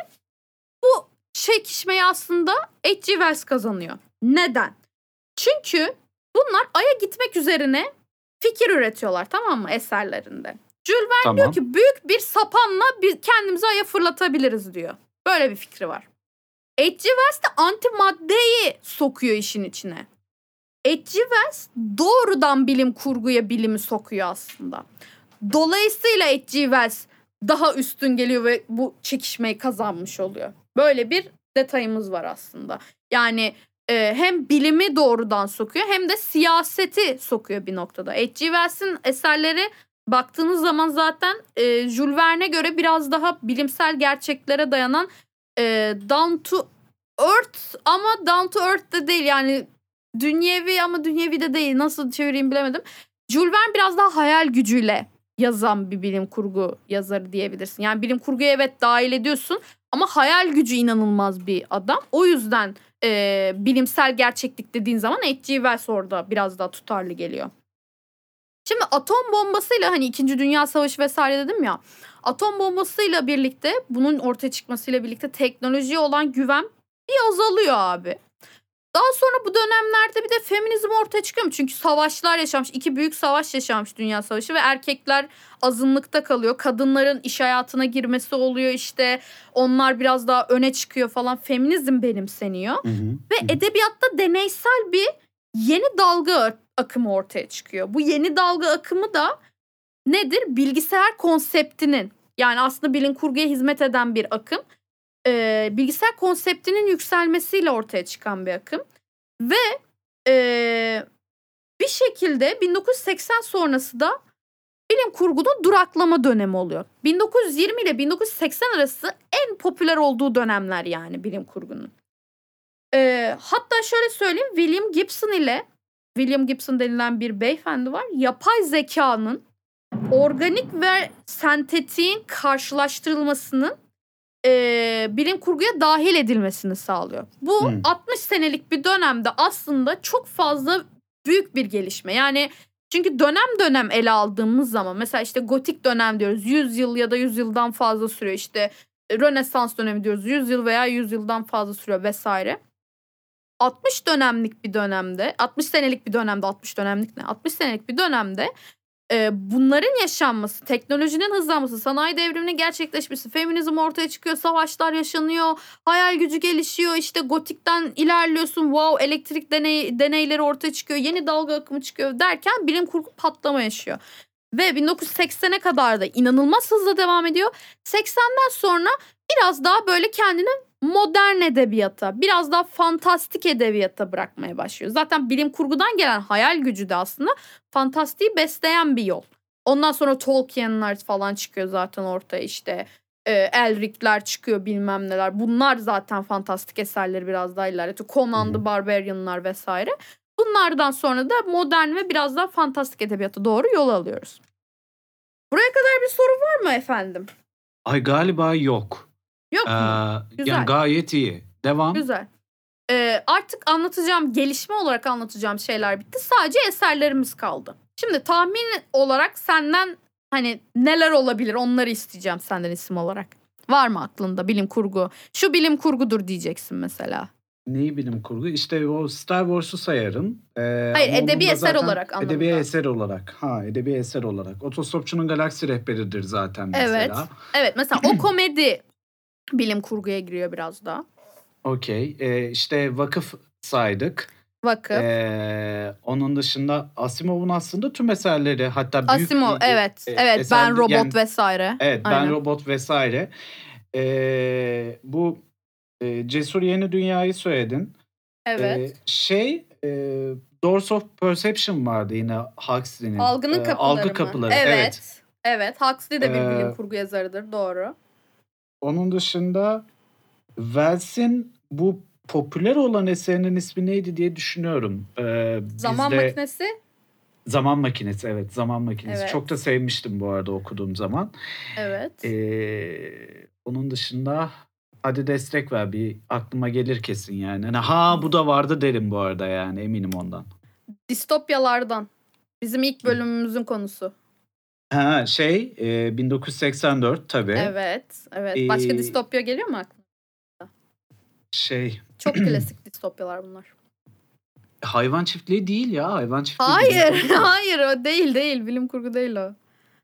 bu çekişmeyi aslında H G. Wells kazanıyor. Neden? Çünkü bunlar Ay'a gitmek üzerine fikir üretiyorlar, tamam mı, eserlerinde. Jules Verne tamam. diyor ki büyük bir sapanla bir kendimizi Ay'a fırlatabiliriz diyor. Böyle bir fikri var. H G. Wells de antimaddeyi sokuyor işin içine. H G. Wells doğrudan bilim kurguya bilimi sokuyor aslında. Dolayısıyla H G. Wells daha üstün geliyor ve bu çekişmeyi kazanmış oluyor. Böyle bir detayımız var aslında. Yani e, hem bilimi doğrudan sokuyor hem de siyaseti sokuyor bir noktada. H G. Wells'in eserleri baktığınız zaman zaten e, Jules Verne'e göre biraz daha bilimsel gerçeklere dayanan e, down to earth ama down to earth de değil, yani dünyevi ama dünyevi de değil, nasıl çevireyim bilemedim. Jules Verne biraz daha hayal gücüyle yazan bir bilim kurgu yazarı diyebilirsin. Yani bilim kurguya evet dahil ediyorsun ama hayal gücü inanılmaz bir adam. O yüzden e, bilimsel gerçeklik dediğin zaman H G. Wells orada biraz daha tutarlı geliyor. Şimdi atom bombasıyla, hani İkinci Dünya Savaşı vesaire dedim ya. Atom bombasıyla birlikte, bunun ortaya çıkmasıyla birlikte teknolojiye olan güven bir azalıyor abi. Daha sonra bu dönemlerde bir de feminizm ortaya çıkıyor mu? Çünkü savaşlar yaşanmış. iki büyük savaş yaşanmış, Dünya Savaşı, ve erkekler azınlıkta kalıyor. Kadınların iş hayatına girmesi oluyor işte. Onlar biraz daha öne çıkıyor falan. Feminizm benimseniyor. Hı hı. Ve edebiyatta deneysel bir yeni dalga akımı ortaya çıkıyor. Bu yeni dalga akımı da nedir? Bilgisayar konseptinin, yani aslında bilim kurguya hizmet eden bir akım. E, bilgisayar konseptinin yükselmesiyle ortaya çıkan bir akım. Ve e, bir şekilde bin dokuz yüz seksen sonrası da bilim kurguda duraklama dönemi oluyor. bin dokuz yüz yirmi ile bin dokuz yüz seksen arası en popüler olduğu dönemler yani bilim kurgunun. E, hatta şöyle söyleyeyim, William Gibson ile William Gibson denilen bir beyefendi var. Yapay zekanın organik ve sentetiğin karşılaştırılmasının e, bilim kurguya dahil edilmesini sağlıyor. Bu Hmm. altmış senelik bir dönemde aslında çok fazla büyük bir gelişme. Yani çünkü dönem dönem ele aldığımız zaman mesela işte gotik dönem diyoruz. yüz yıl ya da yüz yıldan fazla sürüyor. İşte Rönesans dönemi diyoruz. yüz yıl veya yüz yıldan fazla sürüyor vesaire. altmış dönemlik bir dönemde, altmış senelik bir dönemde, altmış dönemlik ne? altmış senelik bir dönemde e, bunların yaşanması, teknolojinin hızlanması, sanayi devriminin gerçekleşmesi, feminizm ortaya çıkıyor, savaşlar yaşanıyor, hayal gücü gelişiyor, işte gotikten ilerliyorsun, wow elektrik deney, deneyleri ortaya çıkıyor, yeni dalga akımı çıkıyor derken bilim kurgu patlama yaşıyor. Ve bin dokuz yüz seksene kadar da inanılmaz hızla devam ediyor. seksenden sonra biraz daha böyle kendini modern edebiyata, biraz daha fantastik edebiyata bırakmaya başlıyor. Zaten bilim kurgudan gelen hayal gücü de aslında fantastiği besleyen bir yol. Ondan sonra Tolkien'ler falan çıkıyor zaten ortaya işte. E, Elric'ler çıkıyor bilmem neler. Bunlar zaten fantastik eserleri biraz daha ilerletiyor. Conan the Barbarian'lar vesaire. Bunlardan sonra da modern ve biraz daha fantastik edebiyata doğru yol alıyoruz. Buraya kadar bir soru var mı efendim? Ay galiba yok. Yok Ee, mu? Güzel. Yani gayet iyi. Devam. Güzel. Ee, artık anlatacağım, gelişme olarak anlatacağım şeyler bitti. Sadece eserlerimiz kaldı. Şimdi tahmin olarak senden hani neler olabilir onları isteyeceğim senden isim olarak. Var mı aklında bilim kurgu? Şu bilim kurgudur diyeceksin mesela. Neyi bilim kurgu? İşte o Star Wars'u sayarım. Ee, Hayır, ama edebi onun da eser zaten olarak anlamında. Edebi eser olarak. Ha, edebi eser olarak. Otostopçunun Galaksi Rehberi'dir zaten mesela. Evet. Evet, mesela o komedi bilim kurguya giriyor biraz daha. Okey. Ee, işte Vakıf saydık. Vakıf. Ee, onun dışında Asimov'un aslında tüm eserleri, hatta büyük Asimov, bir, evet. e, Evet, eser- Ben Robot yani- vesaire. Evet, Ben Aynen. Robot vesaire. Ee, bu e, Cesur Yeni Dünya'yı söyledin. Evet. Ee, şey, e, Doors of Perception vardı yine Huxley'nin. Algının Ee, kapıları Algı mı? kapıları. Evet. Evet. Evet. Huxley de bir Ee, bilim kurgu yazarıdır. Doğru. Onun dışında Wells'in bu popüler olan eserinin ismi neydi diye düşünüyorum. Ee, Zaman bizde- makinesi. Zaman Makinesi, evet, Zaman Makinesi. Evet. Çok da sevmiştim bu arada okuduğum zaman. Evet. Ee, onun dışında hadi destek ver, bir aklıma gelir kesin yani. Hani, ha bu da vardı derim bu arada, yani eminim ondan. Distopyalardan. Bizim ilk bölümümüzün konusu. Ha şey e, bin dokuz yüz seksen dört tabii. Evet. Evet. Başka Ee, distopya geliyor mu aklına? Şey Çok klasik distopyalar bunlar. Hayvan Çiftliği değil ya, Hayvan Çiftliği. Hayır. bilim kurgu. Hayır o değil değil. Bilim kurgu değil o.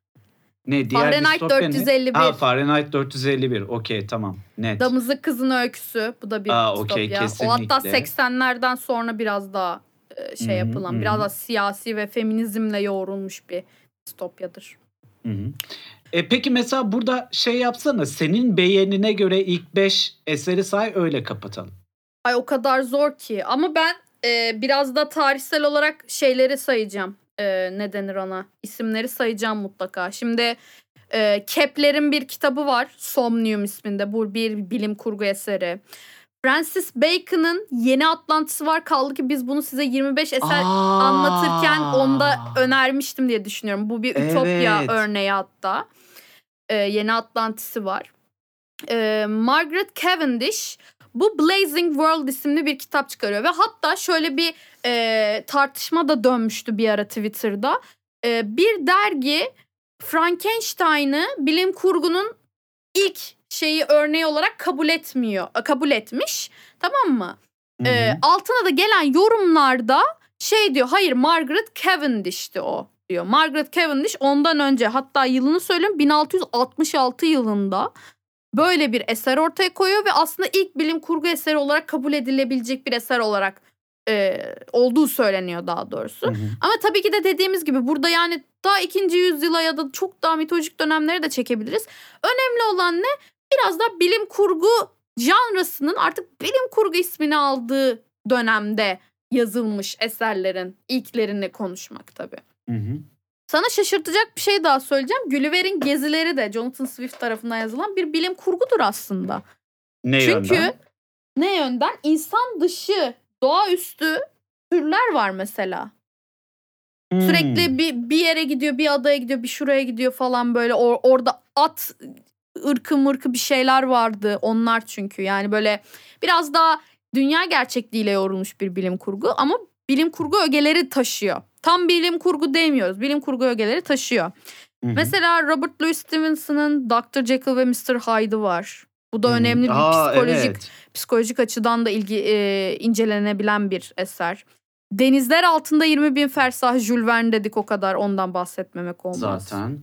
Ne diğer Fahrenheit distopya ne? dört yüz elli bir. Ha, Fahrenheit dört yüz elli bir. Okey, tamam, net. Damızlık Kızın Öyküsü. Bu da bir Aa, okey, distopya. O hatta kesinlikle. seksenlerden sonra biraz daha e, şey Hı hı, yapılan, hı biraz hı. daha siyasi ve feminizmle yoğrulmuş bir distopyadır. Hı hı. E peki mesela burada şey yapsana, senin beğenine göre ilk beş eseri say, öyle kapatalım. Ay o kadar zor ki. Ama ben e, biraz da tarihsel olarak şeyleri sayacağım. E, ne denir ona? İsimleri sayacağım mutlaka. Şimdi e, Kepler'in bir kitabı var. Somnium isminde. Bu bir bilim kurgu eseri. Francis Bacon'ın Yeni Atlantis'i var. Kaldı ki biz bunu size yirmi beş eser Aa, anlatırken onda önermiştim diye düşünüyorum. Bu bir ütopya Evet. örneği hatta. E, Yeni Atlantis'i var. E, Margaret Cavendish bu Blazing World isimli bir kitap çıkarıyor. Ve hatta şöyle bir e, tartışma da dönmüştü bir ara Twitter'da. E, bir dergi Frankenstein'ı bilim kurgunun ilk şeyi örneği olarak kabul etmiyor. Kabul etmiş. Tamam mı? Hı hı. E, altına da gelen yorumlarda şey diyor. Hayır, Margaret Cavendish'ti o diyor. Margaret Cavendish ondan önce, hatta yılını söyleyeyim, bin altı yüz altmış altı yılında böyle bir eser ortaya koyuyor ve aslında ilk bilim kurgu eseri olarak kabul edilebilecek bir eser olarak e, olduğu söyleniyor daha doğrusu. Hı hı. Ama tabii ki de dediğimiz gibi burada yani daha ikinci yüzyıla ya da çok daha mitolojik dönemlere de çekebiliriz. Önemli olan ne? Biraz da bilim kurgu janrasının artık bilim kurgu ismini aldığı dönemde yazılmış eserlerin ilklerini konuşmak tabii. Hı hı. Sana şaşırtacak bir şey daha söyleyeceğim. Gulliver'in Gezileri de Jonathan Swift tarafından yazılan bir bilim kurgudur aslında. Ne Çünkü yönden? ne yönden? İnsan dışı, doğaüstü türler var mesela. Hmm. Sürekli bir bir yere gidiyor, bir adaya gidiyor, bir şuraya gidiyor falan böyle. Or- orada at ırkı mırkı bir şeyler vardı. Onlar çünkü yani böyle biraz daha dünya gerçekliğiyle yoğrulmuş bir bilim kurgu ama bilim kurgu ögeleri taşıyor. Tam bilim kurgu demiyoruz. Bilim kurgu ögeleri taşıyor. Hı hı. Mesela Robert Louis Stevenson'ın doktor Jekyll ve mister Hyde'ı var. Bu da Hı hı. önemli bir Aa, psikolojik evet. psikolojik açıdan da ilgi e, incelenebilen bir eser. Denizler altında yirmi bin fersah, Jules Verne dedik, o kadar, ondan bahsetmemek olmaz. Zaten.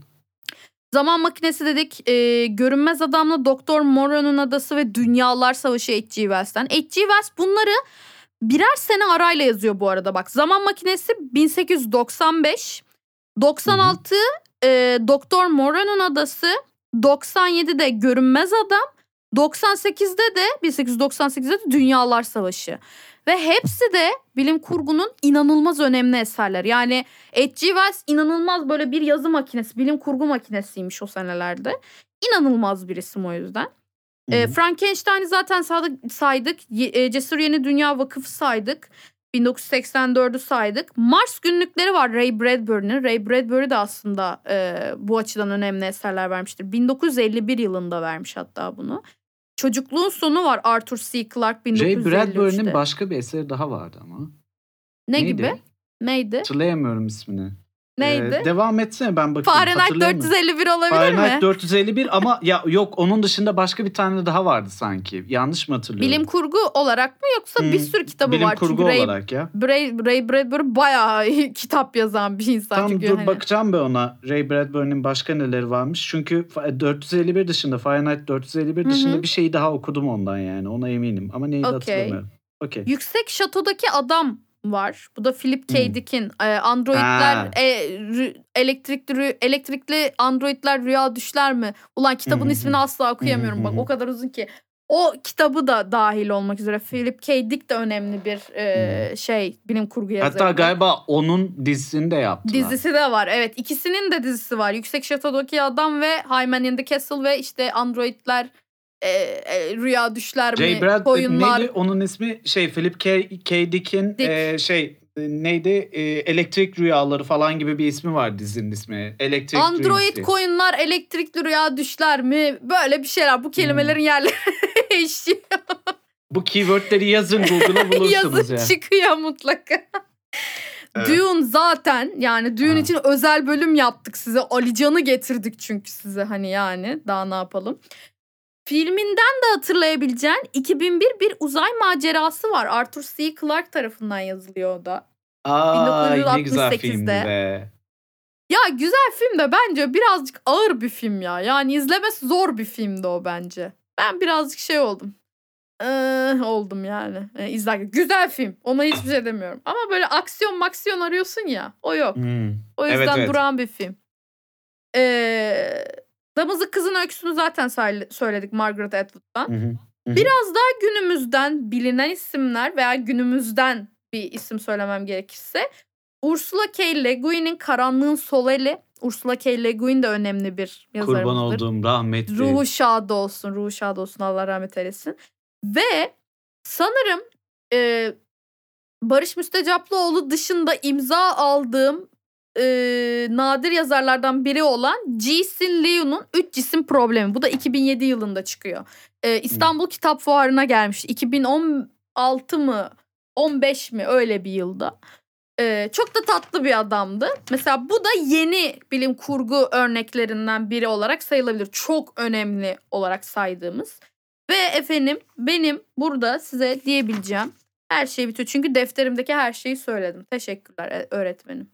Zaman Makinesi dedik. E, Görünmez Adam'la Doktor Moreau'nun Adası ve Dünyalar Savaşı H G. Wells'ten. H G. Wells bunları birer sene arayla yazıyor bu arada bak. Zaman Makinesi bin sekiz yüz doksan beş, doksan altı e, Doktor Moreau'nun Adası, doksan yedide Görünmez Adam, doksan sekizde de bin sekiz yüz doksan sekizde de Dünyalar Savaşı. Ve hepsi de bilim kurgunun inanılmaz önemli eserler. Yani H G. Wells inanılmaz böyle bir yazı makinesi, bilim kurgu makinesiymiş o senelerde. İnanılmaz bir isim o yüzden. Hı E, hı. Frankenstein'i zaten saydık, saydık. Ye- e, Cesur Yeni Dünya Vakıfı saydık. bin dokuz yüz seksen dördü saydık. Mars Günlükleri var Ray Bradbury'nin. Ray Bradbury de aslında e, bu açıdan önemli eserler vermiştir. bin dokuz yüz elli bir yılında vermiş hatta bunu. Çocukluğun Sonu var Arthur C. Clarke bin dokuz Ray yüz elli üçte. Bradbury'nin başka bir eseri daha vardı ama. Ne Neydi? gibi? Neydi? Hatırlayamıyorum ismini. Neydi? Ee, devam etsene, ben bakayım. Fahrenheit dört Hatırlayamıyorum. yüz elli bir olabilir Fahrenheit mi? dört yüz elli bir ama ya yok, onun dışında başka bir tane daha vardı sanki. Yanlış mı hatırlıyorum? Bilim kurgu olarak mı yoksa Hmm, bir sürü kitabı bilim var? kurgu Çünkü Ray, olarak ya. Ray, Ray Bradbury bayağı kitap yazan bir insan. Tam çünkü dur hani. bakacağım ben ona. Ray Bradbury'nin başka neleri varmış. Çünkü fa- dört yüz elli bir dışında, Fahrenheit dört yüz elli bir Hı hı. dışında bir şey daha okudum ondan yani. Ona eminim ama neydi Okey. hatırlamıyorum. Okey. Yüksek Şato'daki Adam var. Bu da Philip K. Hmm. Dick'in. Ee, androidler Ha. e, rü- elektrikli rü- elektrikli androidler rüya düşler mi? Ulan kitabın Hı hı ismini hı. asla okuyamıyorum Hı hı bak, hı. o kadar uzun ki. O kitabı da dahil olmak üzere Philip K. Dick de önemli bir e, şey bilim kurgu yazarı. Hatta galiba onun dizisini de yaptılar. Dizisi de var. Evet, ikisinin de dizisi var. Yüksek Şato'daki Adam ve High Man in the Castle ve işte androidler e, e, rüya düşler mi? Ray Brad Koyunlar. neydi onun ismi? Şey Philip K. K. Dick'in Dick. e, şey e, neydi? E, Elektrik Rüyaları falan gibi bir ismi var dizinin ismi. Elektrik Android Dreams diye. koyunlar elektrikli rüya düşler mi? Böyle bir şeyler. Bu kelimelerin yerleri değişiyor. Bu keywordleri yazın Google'a bulursunuz Yazı ya. çıkıyor mutlaka. Evet. Dune zaten yani Dune Ha. için özel bölüm yaptık size. Ali Can'ı getirdik çünkü size hani yani daha ne yapalım. Filminden de hatırlayabileceğin iki bin bir bir uzay macerası var. Arthur C. Clarke tarafından yazılıyor o da. Ay ne güzel filmdi bin dokuz yüz altmış sekizde. be. Ya güzel film de bence birazcık ağır bir film ya. Yani izlemesi zor bir filmdi o bence. Ben birazcık şey oldum. Ee, oldum yani. Ee, izlerken. Güzel film. Ona hiçbir şey demiyorum. Ama böyle aksiyon maksiyon arıyorsun ya. O yok. Hmm. O yüzden Evet, evet. duran bir film. Ee, Damızlık Kızın Öyküsü'nü zaten say- söyledik Margaret Atwood'dan. Hı hı. Hı hı. Biraz daha günümüzden bilinen isimler veya günümüzden bir isim söylemem gerekirse Ursula K. Le Guin'in Karanlığın Sol Eli. Ursula K. Le Guin de önemli bir Kurban yazarımızdır. olduğum rahmetli. Ruhu şad olsun, ruhu şad olsun, Allah rahmet eylesin. Ve sanırım e, Barış Müstecaplıoğlu dışında imza aldığım e, nadir yazarlardan biri olan Cixin Liu'nun Üç Cisim Problemi. Bu da iki bin yedi yılında çıkıyor. E, İstanbul hmm. Kitap Fuarı'na gelmiş. iki bin on altı mı on beş mi öyle bir yılda. E, çok da tatlı bir adamdı. Mesela bu da yeni bilim kurgu örneklerinden biri olarak sayılabilir. Çok önemli olarak saydığımız. Ve efendim benim burada size diyebileceğim her şey bitiyor. Çünkü defterimdeki her şeyi söyledim. Teşekkürler öğretmenim.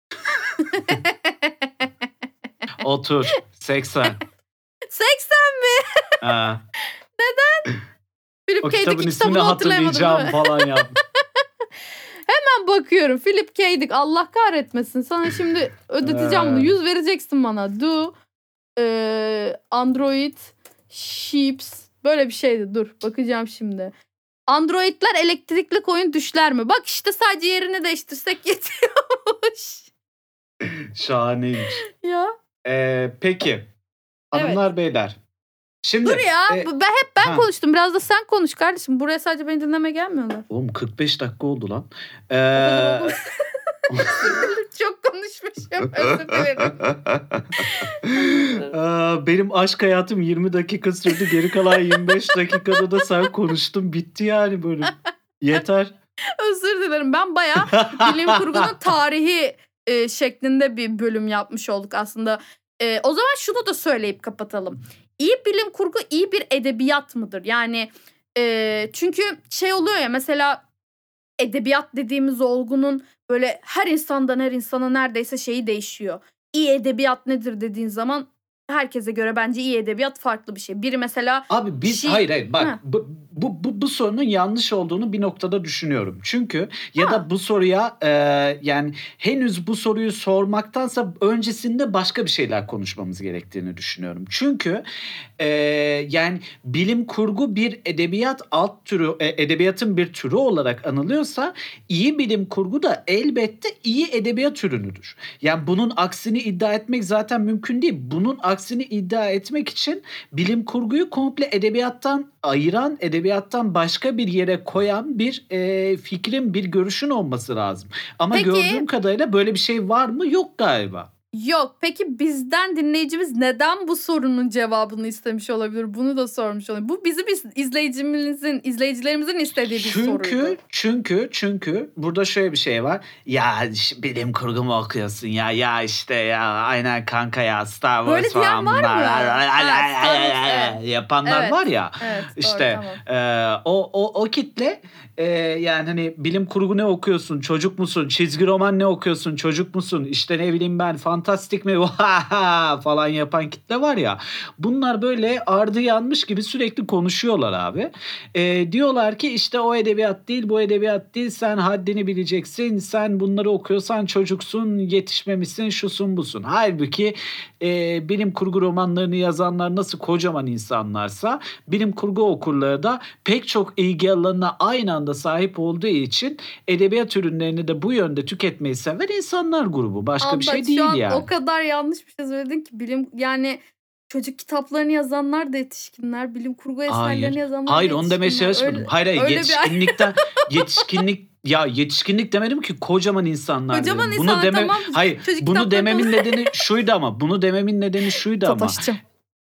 Otur. seksen. seksen mi? Ha. Neden? Philip O K. kitabın Dick'in ismini kitabını hatırlayamadım hatırlayacağım falan yap. Hemen bakıyorum. Philip K. Dick. Allah kahretmesin. Sana şimdi ödeteceğim bunu. Yüz vereceksin bana. Do e, Android Sheeps. Böyle bir şeydi. Dur bakacağım şimdi. Androidler elektrikli koyun düşler mi? Bak işte sadece yerini değiştirsek yetiyormuş. Şahaneymiş. Ya. Ee, peki. Hanımlar evet. Beyler. Şimdi, Dur ya. E, ben hep ben ha. konuştum. Biraz da sen konuş kardeşim. Buraya sadece beni dinlemeye gelmiyorlar. Oğlum kırk beş dakika oldu lan. Ee, Çok konuşmuşum. Özür dilerim. Aa, benim aşk hayatım yirmi dakika sürdü. Geri kalan yirmi beş dakikada da sen konuştun. Bitti yani bölüm. Yeter. Özür dilerim. Ben bayağı bilim kurgunun tarihi e, şeklinde bir bölüm yapmış olduk aslında. E, o zaman şunu da söyleyip kapatalım. İyi bilim kurgu iyi bir edebiyat mıdır? Yani e, çünkü şey oluyor ya, mesela edebiyat dediğimiz olgunun böyle her insandan her insana neredeyse şeyi değişiyor. İyi edebiyat nedir dediğin zaman herkese göre bence iyi edebiyat farklı bir şey. Biri mesela Abi biz şey- hayır hayır bak Ha. bu, bu, bu, bu sorunun yanlış olduğunu bir noktada düşünüyorum. Çünkü ya Ha. da bu soruya e, yani henüz bu soruyu sormaktansa öncesinde başka bir şeyler konuşmamız gerektiğini düşünüyorum. Çünkü e, yani bilim kurgu bir edebiyat alt türü, e, edebiyatın bir türü olarak anılıyorsa iyi bilim kurgu da elbette iyi edebiyat türünüdür. Yani bunun aksini iddia etmek zaten mümkün değil. Bunun aksini iddia etmek için bilim kurguyu komple edebiyattan ayıran, edebiyattan başka bir yere koyan bir e, fikrin, bir görüşün olması lazım. Ama Peki- gördüğüm kadarıyla böyle bir şey var mı? Yok galiba. yok. Peki bizden dinleyicimiz neden bu sorunun cevabını istemiş olabilir? Bunu da sormuş olabilir. Bu bizim iz- izleyicimizin, izleyicilerimizin istediği bir soruydu. Çünkü çünkü çünkü burada şöyle bir şey var. Ya ş- bilim kurgu mu okuyorsun ya? Ya işte ya aynen kanka ya Star Wars Böyle diyen falan var mı? bunlar. Ha, Star Wars, evet. Yapanlar Evet. var ya. Evet, İşte doğru, tamam. e, o o o kitle e, yani hani bilim kurgu ne okuyorsun? Çocuk musun? Çizgi roman ne okuyorsun? Çocuk musun? İşte ne bileyim ben fantastik mi falan yapan kitle var ya. Bunlar böyle ardı yanmış gibi sürekli konuşuyorlar abi. E, diyorlar ki işte o edebiyat değil, bu edebiyat değil. Sen haddini bileceksin. Sen bunları okuyorsan çocuksun, yetişmemişsin, şusun busun. Halbuki e, bilim kurgu romanlarını yazanlar nasıl kocaman insanlarsa bilim kurgu okurları da pek çok ilgi alanına aynı anda sahip olduğu için edebiyat ürünlerini de bu yönde tüketmeyi seven insanlar grubu. Başka Ama bir bak, şey şu değil an yani. o kadar yanlış bir şey söyledin ki bilim yani çocuk kitaplarını yazanlar da yetişkinler, bilim kurgu eserlerini Hayır. yazanlar Hayır da onu demeye yetişkinler. çalışmadım. Öyle- Hayır hayır öyle bir- yetişkinlikten yetişkinlik ya yetişkinlik demedim ki kocaman insanlar Kocaman dedim. insanlar, bunu deme tamam. hayır Çocuk bunu kitapları dememin nedeni şuydu ama bunu dememin nedeni şuydu ama Sataşacağım.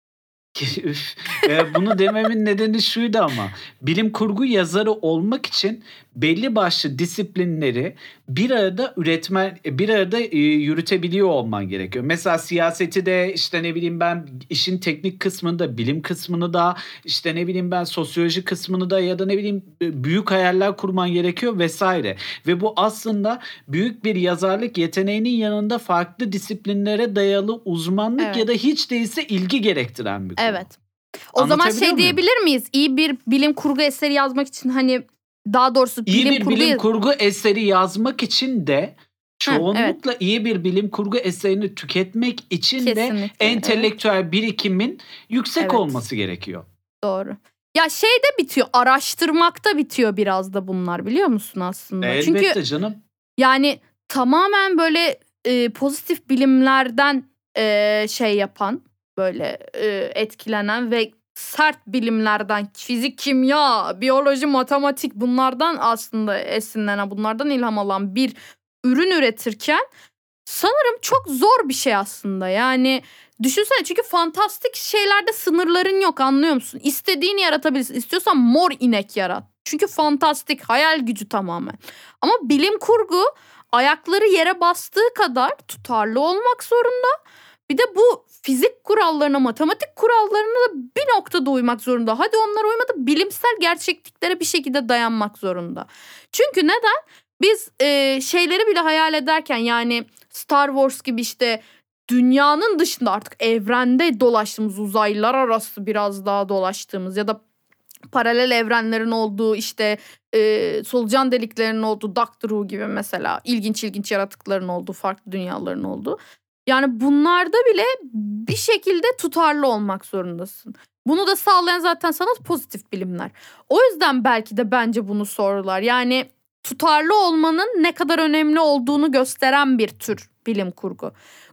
Üf. E, bunu dememin nedeni şuydu ama bilim kurgu yazarı olmak için belli başlı disiplinleri bir arada üretmen bir arada e, yürütebiliyor olman gerekiyor. Mesela siyaseti de işte ne bileyim ben işin teknik kısmını da bilim kısmını da işte ne bileyim ben sosyoloji kısmını da ya da ne bileyim e, büyük hayaller kurman gerekiyor vesaire. Ve bu aslında büyük bir yazarlık yeteneğinin yanında farklı disiplinlere dayalı uzmanlık Evet. ya da hiç değilse ilgi gerektiren bir konu. Evet. O zaman Anlatabiliyor şey muyum? diyebilir miyiz? İyi bir bilim kurgu eseri yazmak için hani daha doğrusu İyi bilim bir kurgu bilim kurgu eseri yazmak için de çoğunlukla evet. iyi bir bilim kurgu eserini tüketmek için de Kesinlikle, entelektüel birikimin yüksek Evet. olması gerekiyor. doğru. Ya şey de bitiyor, araştırmakta bitiyor biraz da bunlar, biliyor musun aslında? Elbette Çünkü canım. yani tamamen böyle e, pozitif bilimlerden e, şey yapan, böyle e, etkilenen ve sert bilimlerden, fizik, kimya, biyoloji, matematik, bunlardan aslında esinlenen, bunlardan ilham alan bir ürün üretirken sanırım çok zor bir şey aslında. Yani düşünsene, çünkü fantastik şeylerde sınırların yok, anlıyor musun? İstediğini yaratabilirsin. İstiyorsan mor inek yarat. Çünkü fantastik, hayal gücü tamamen. Ama bilim kurgu ayakları yere bastığı kadar tutarlı olmak zorunda. Bir de bu fizik kurallarına, matematik kurallarına da bir noktada uymak zorunda. Hadi onlar uymadı, bilimsel gerçekliklere bir şekilde dayanmak zorunda. Çünkü neden? Biz e, şeyleri bile hayal ederken, yani Star Wars gibi işte dünyanın dışında artık evrende dolaştığımız, uzaylılar arası biraz daha dolaştığımız ya da paralel evrenlerin olduğu, işte e, solucan deliklerinin olduğu Doctor Who gibi mesela ilginç ilginç yaratıkların olduğu, farklı dünyaların olduğu. Yani bunlarda bile bir şekilde tutarlı olmak zorundasın. Bunu da sağlayan zaten sana pozitif bilimler. O yüzden belki de bence bunu sorular. Yani tutarlı olmanın ne kadar önemli olduğunu gösteren bir tür bilim kurgu.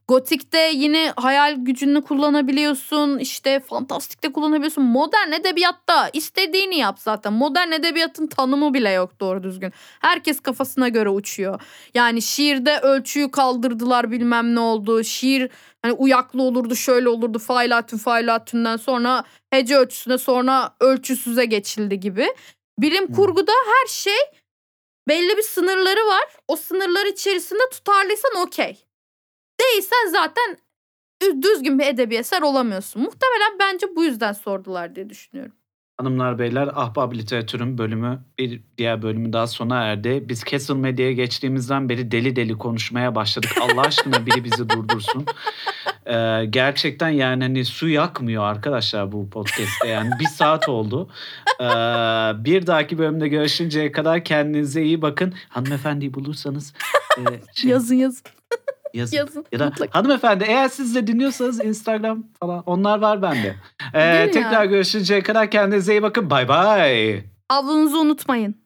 Gotik'te yine hayal gücünü kullanabiliyorsun. İşte fantastikte kullanabiliyorsun. Modern edebiyatta istediğini yap zaten. Modern edebiyatın tanımı bile yok doğru düzgün. Herkes kafasına göre uçuyor. Yani şiirde ölçüyü kaldırdılar, bilmem ne oldu. Şiir hani uyaklı olurdu, şöyle olurdu. Failatün failatünden sonra hece ölçüsüne, sonra ölçüsüze geçildi gibi. Bilim Hmm. kurguda her şey belli bir sınırları var. O sınırlar içerisinde tutarlıysan okey. Değilsen zaten düzgün bir edebi eser olamıyorsun. Muhtemelen bence bu yüzden sordular diye düşünüyorum. Hanımlar beyler, Ahbap Literatür'ün bölümü bir diğer bölümü daha sona erdi. Biz Castle Media'ya geçtiğimizden beri deli deli konuşmaya başladık. Allah aşkına biri bizi durdursun. Ee, gerçekten yani hani su yakmıyor arkadaşlar bu podcast'te. Yani bir saat oldu. Ee, bir dahaki bölümde görüşünceye kadar kendinize iyi bakın. Hanımefendiyi bulursanız e, şey, Yazın yazın. yazın. Yazın. Ya da Mutlaka. hanımefendi, eğer siz de dinliyorsanız Instagram falan, onlar var bende. Ee, Gelin tekrar ya. görüşünceye kadar kendinize iyi bakın. Bay bay. Havlunuzu unutmayın.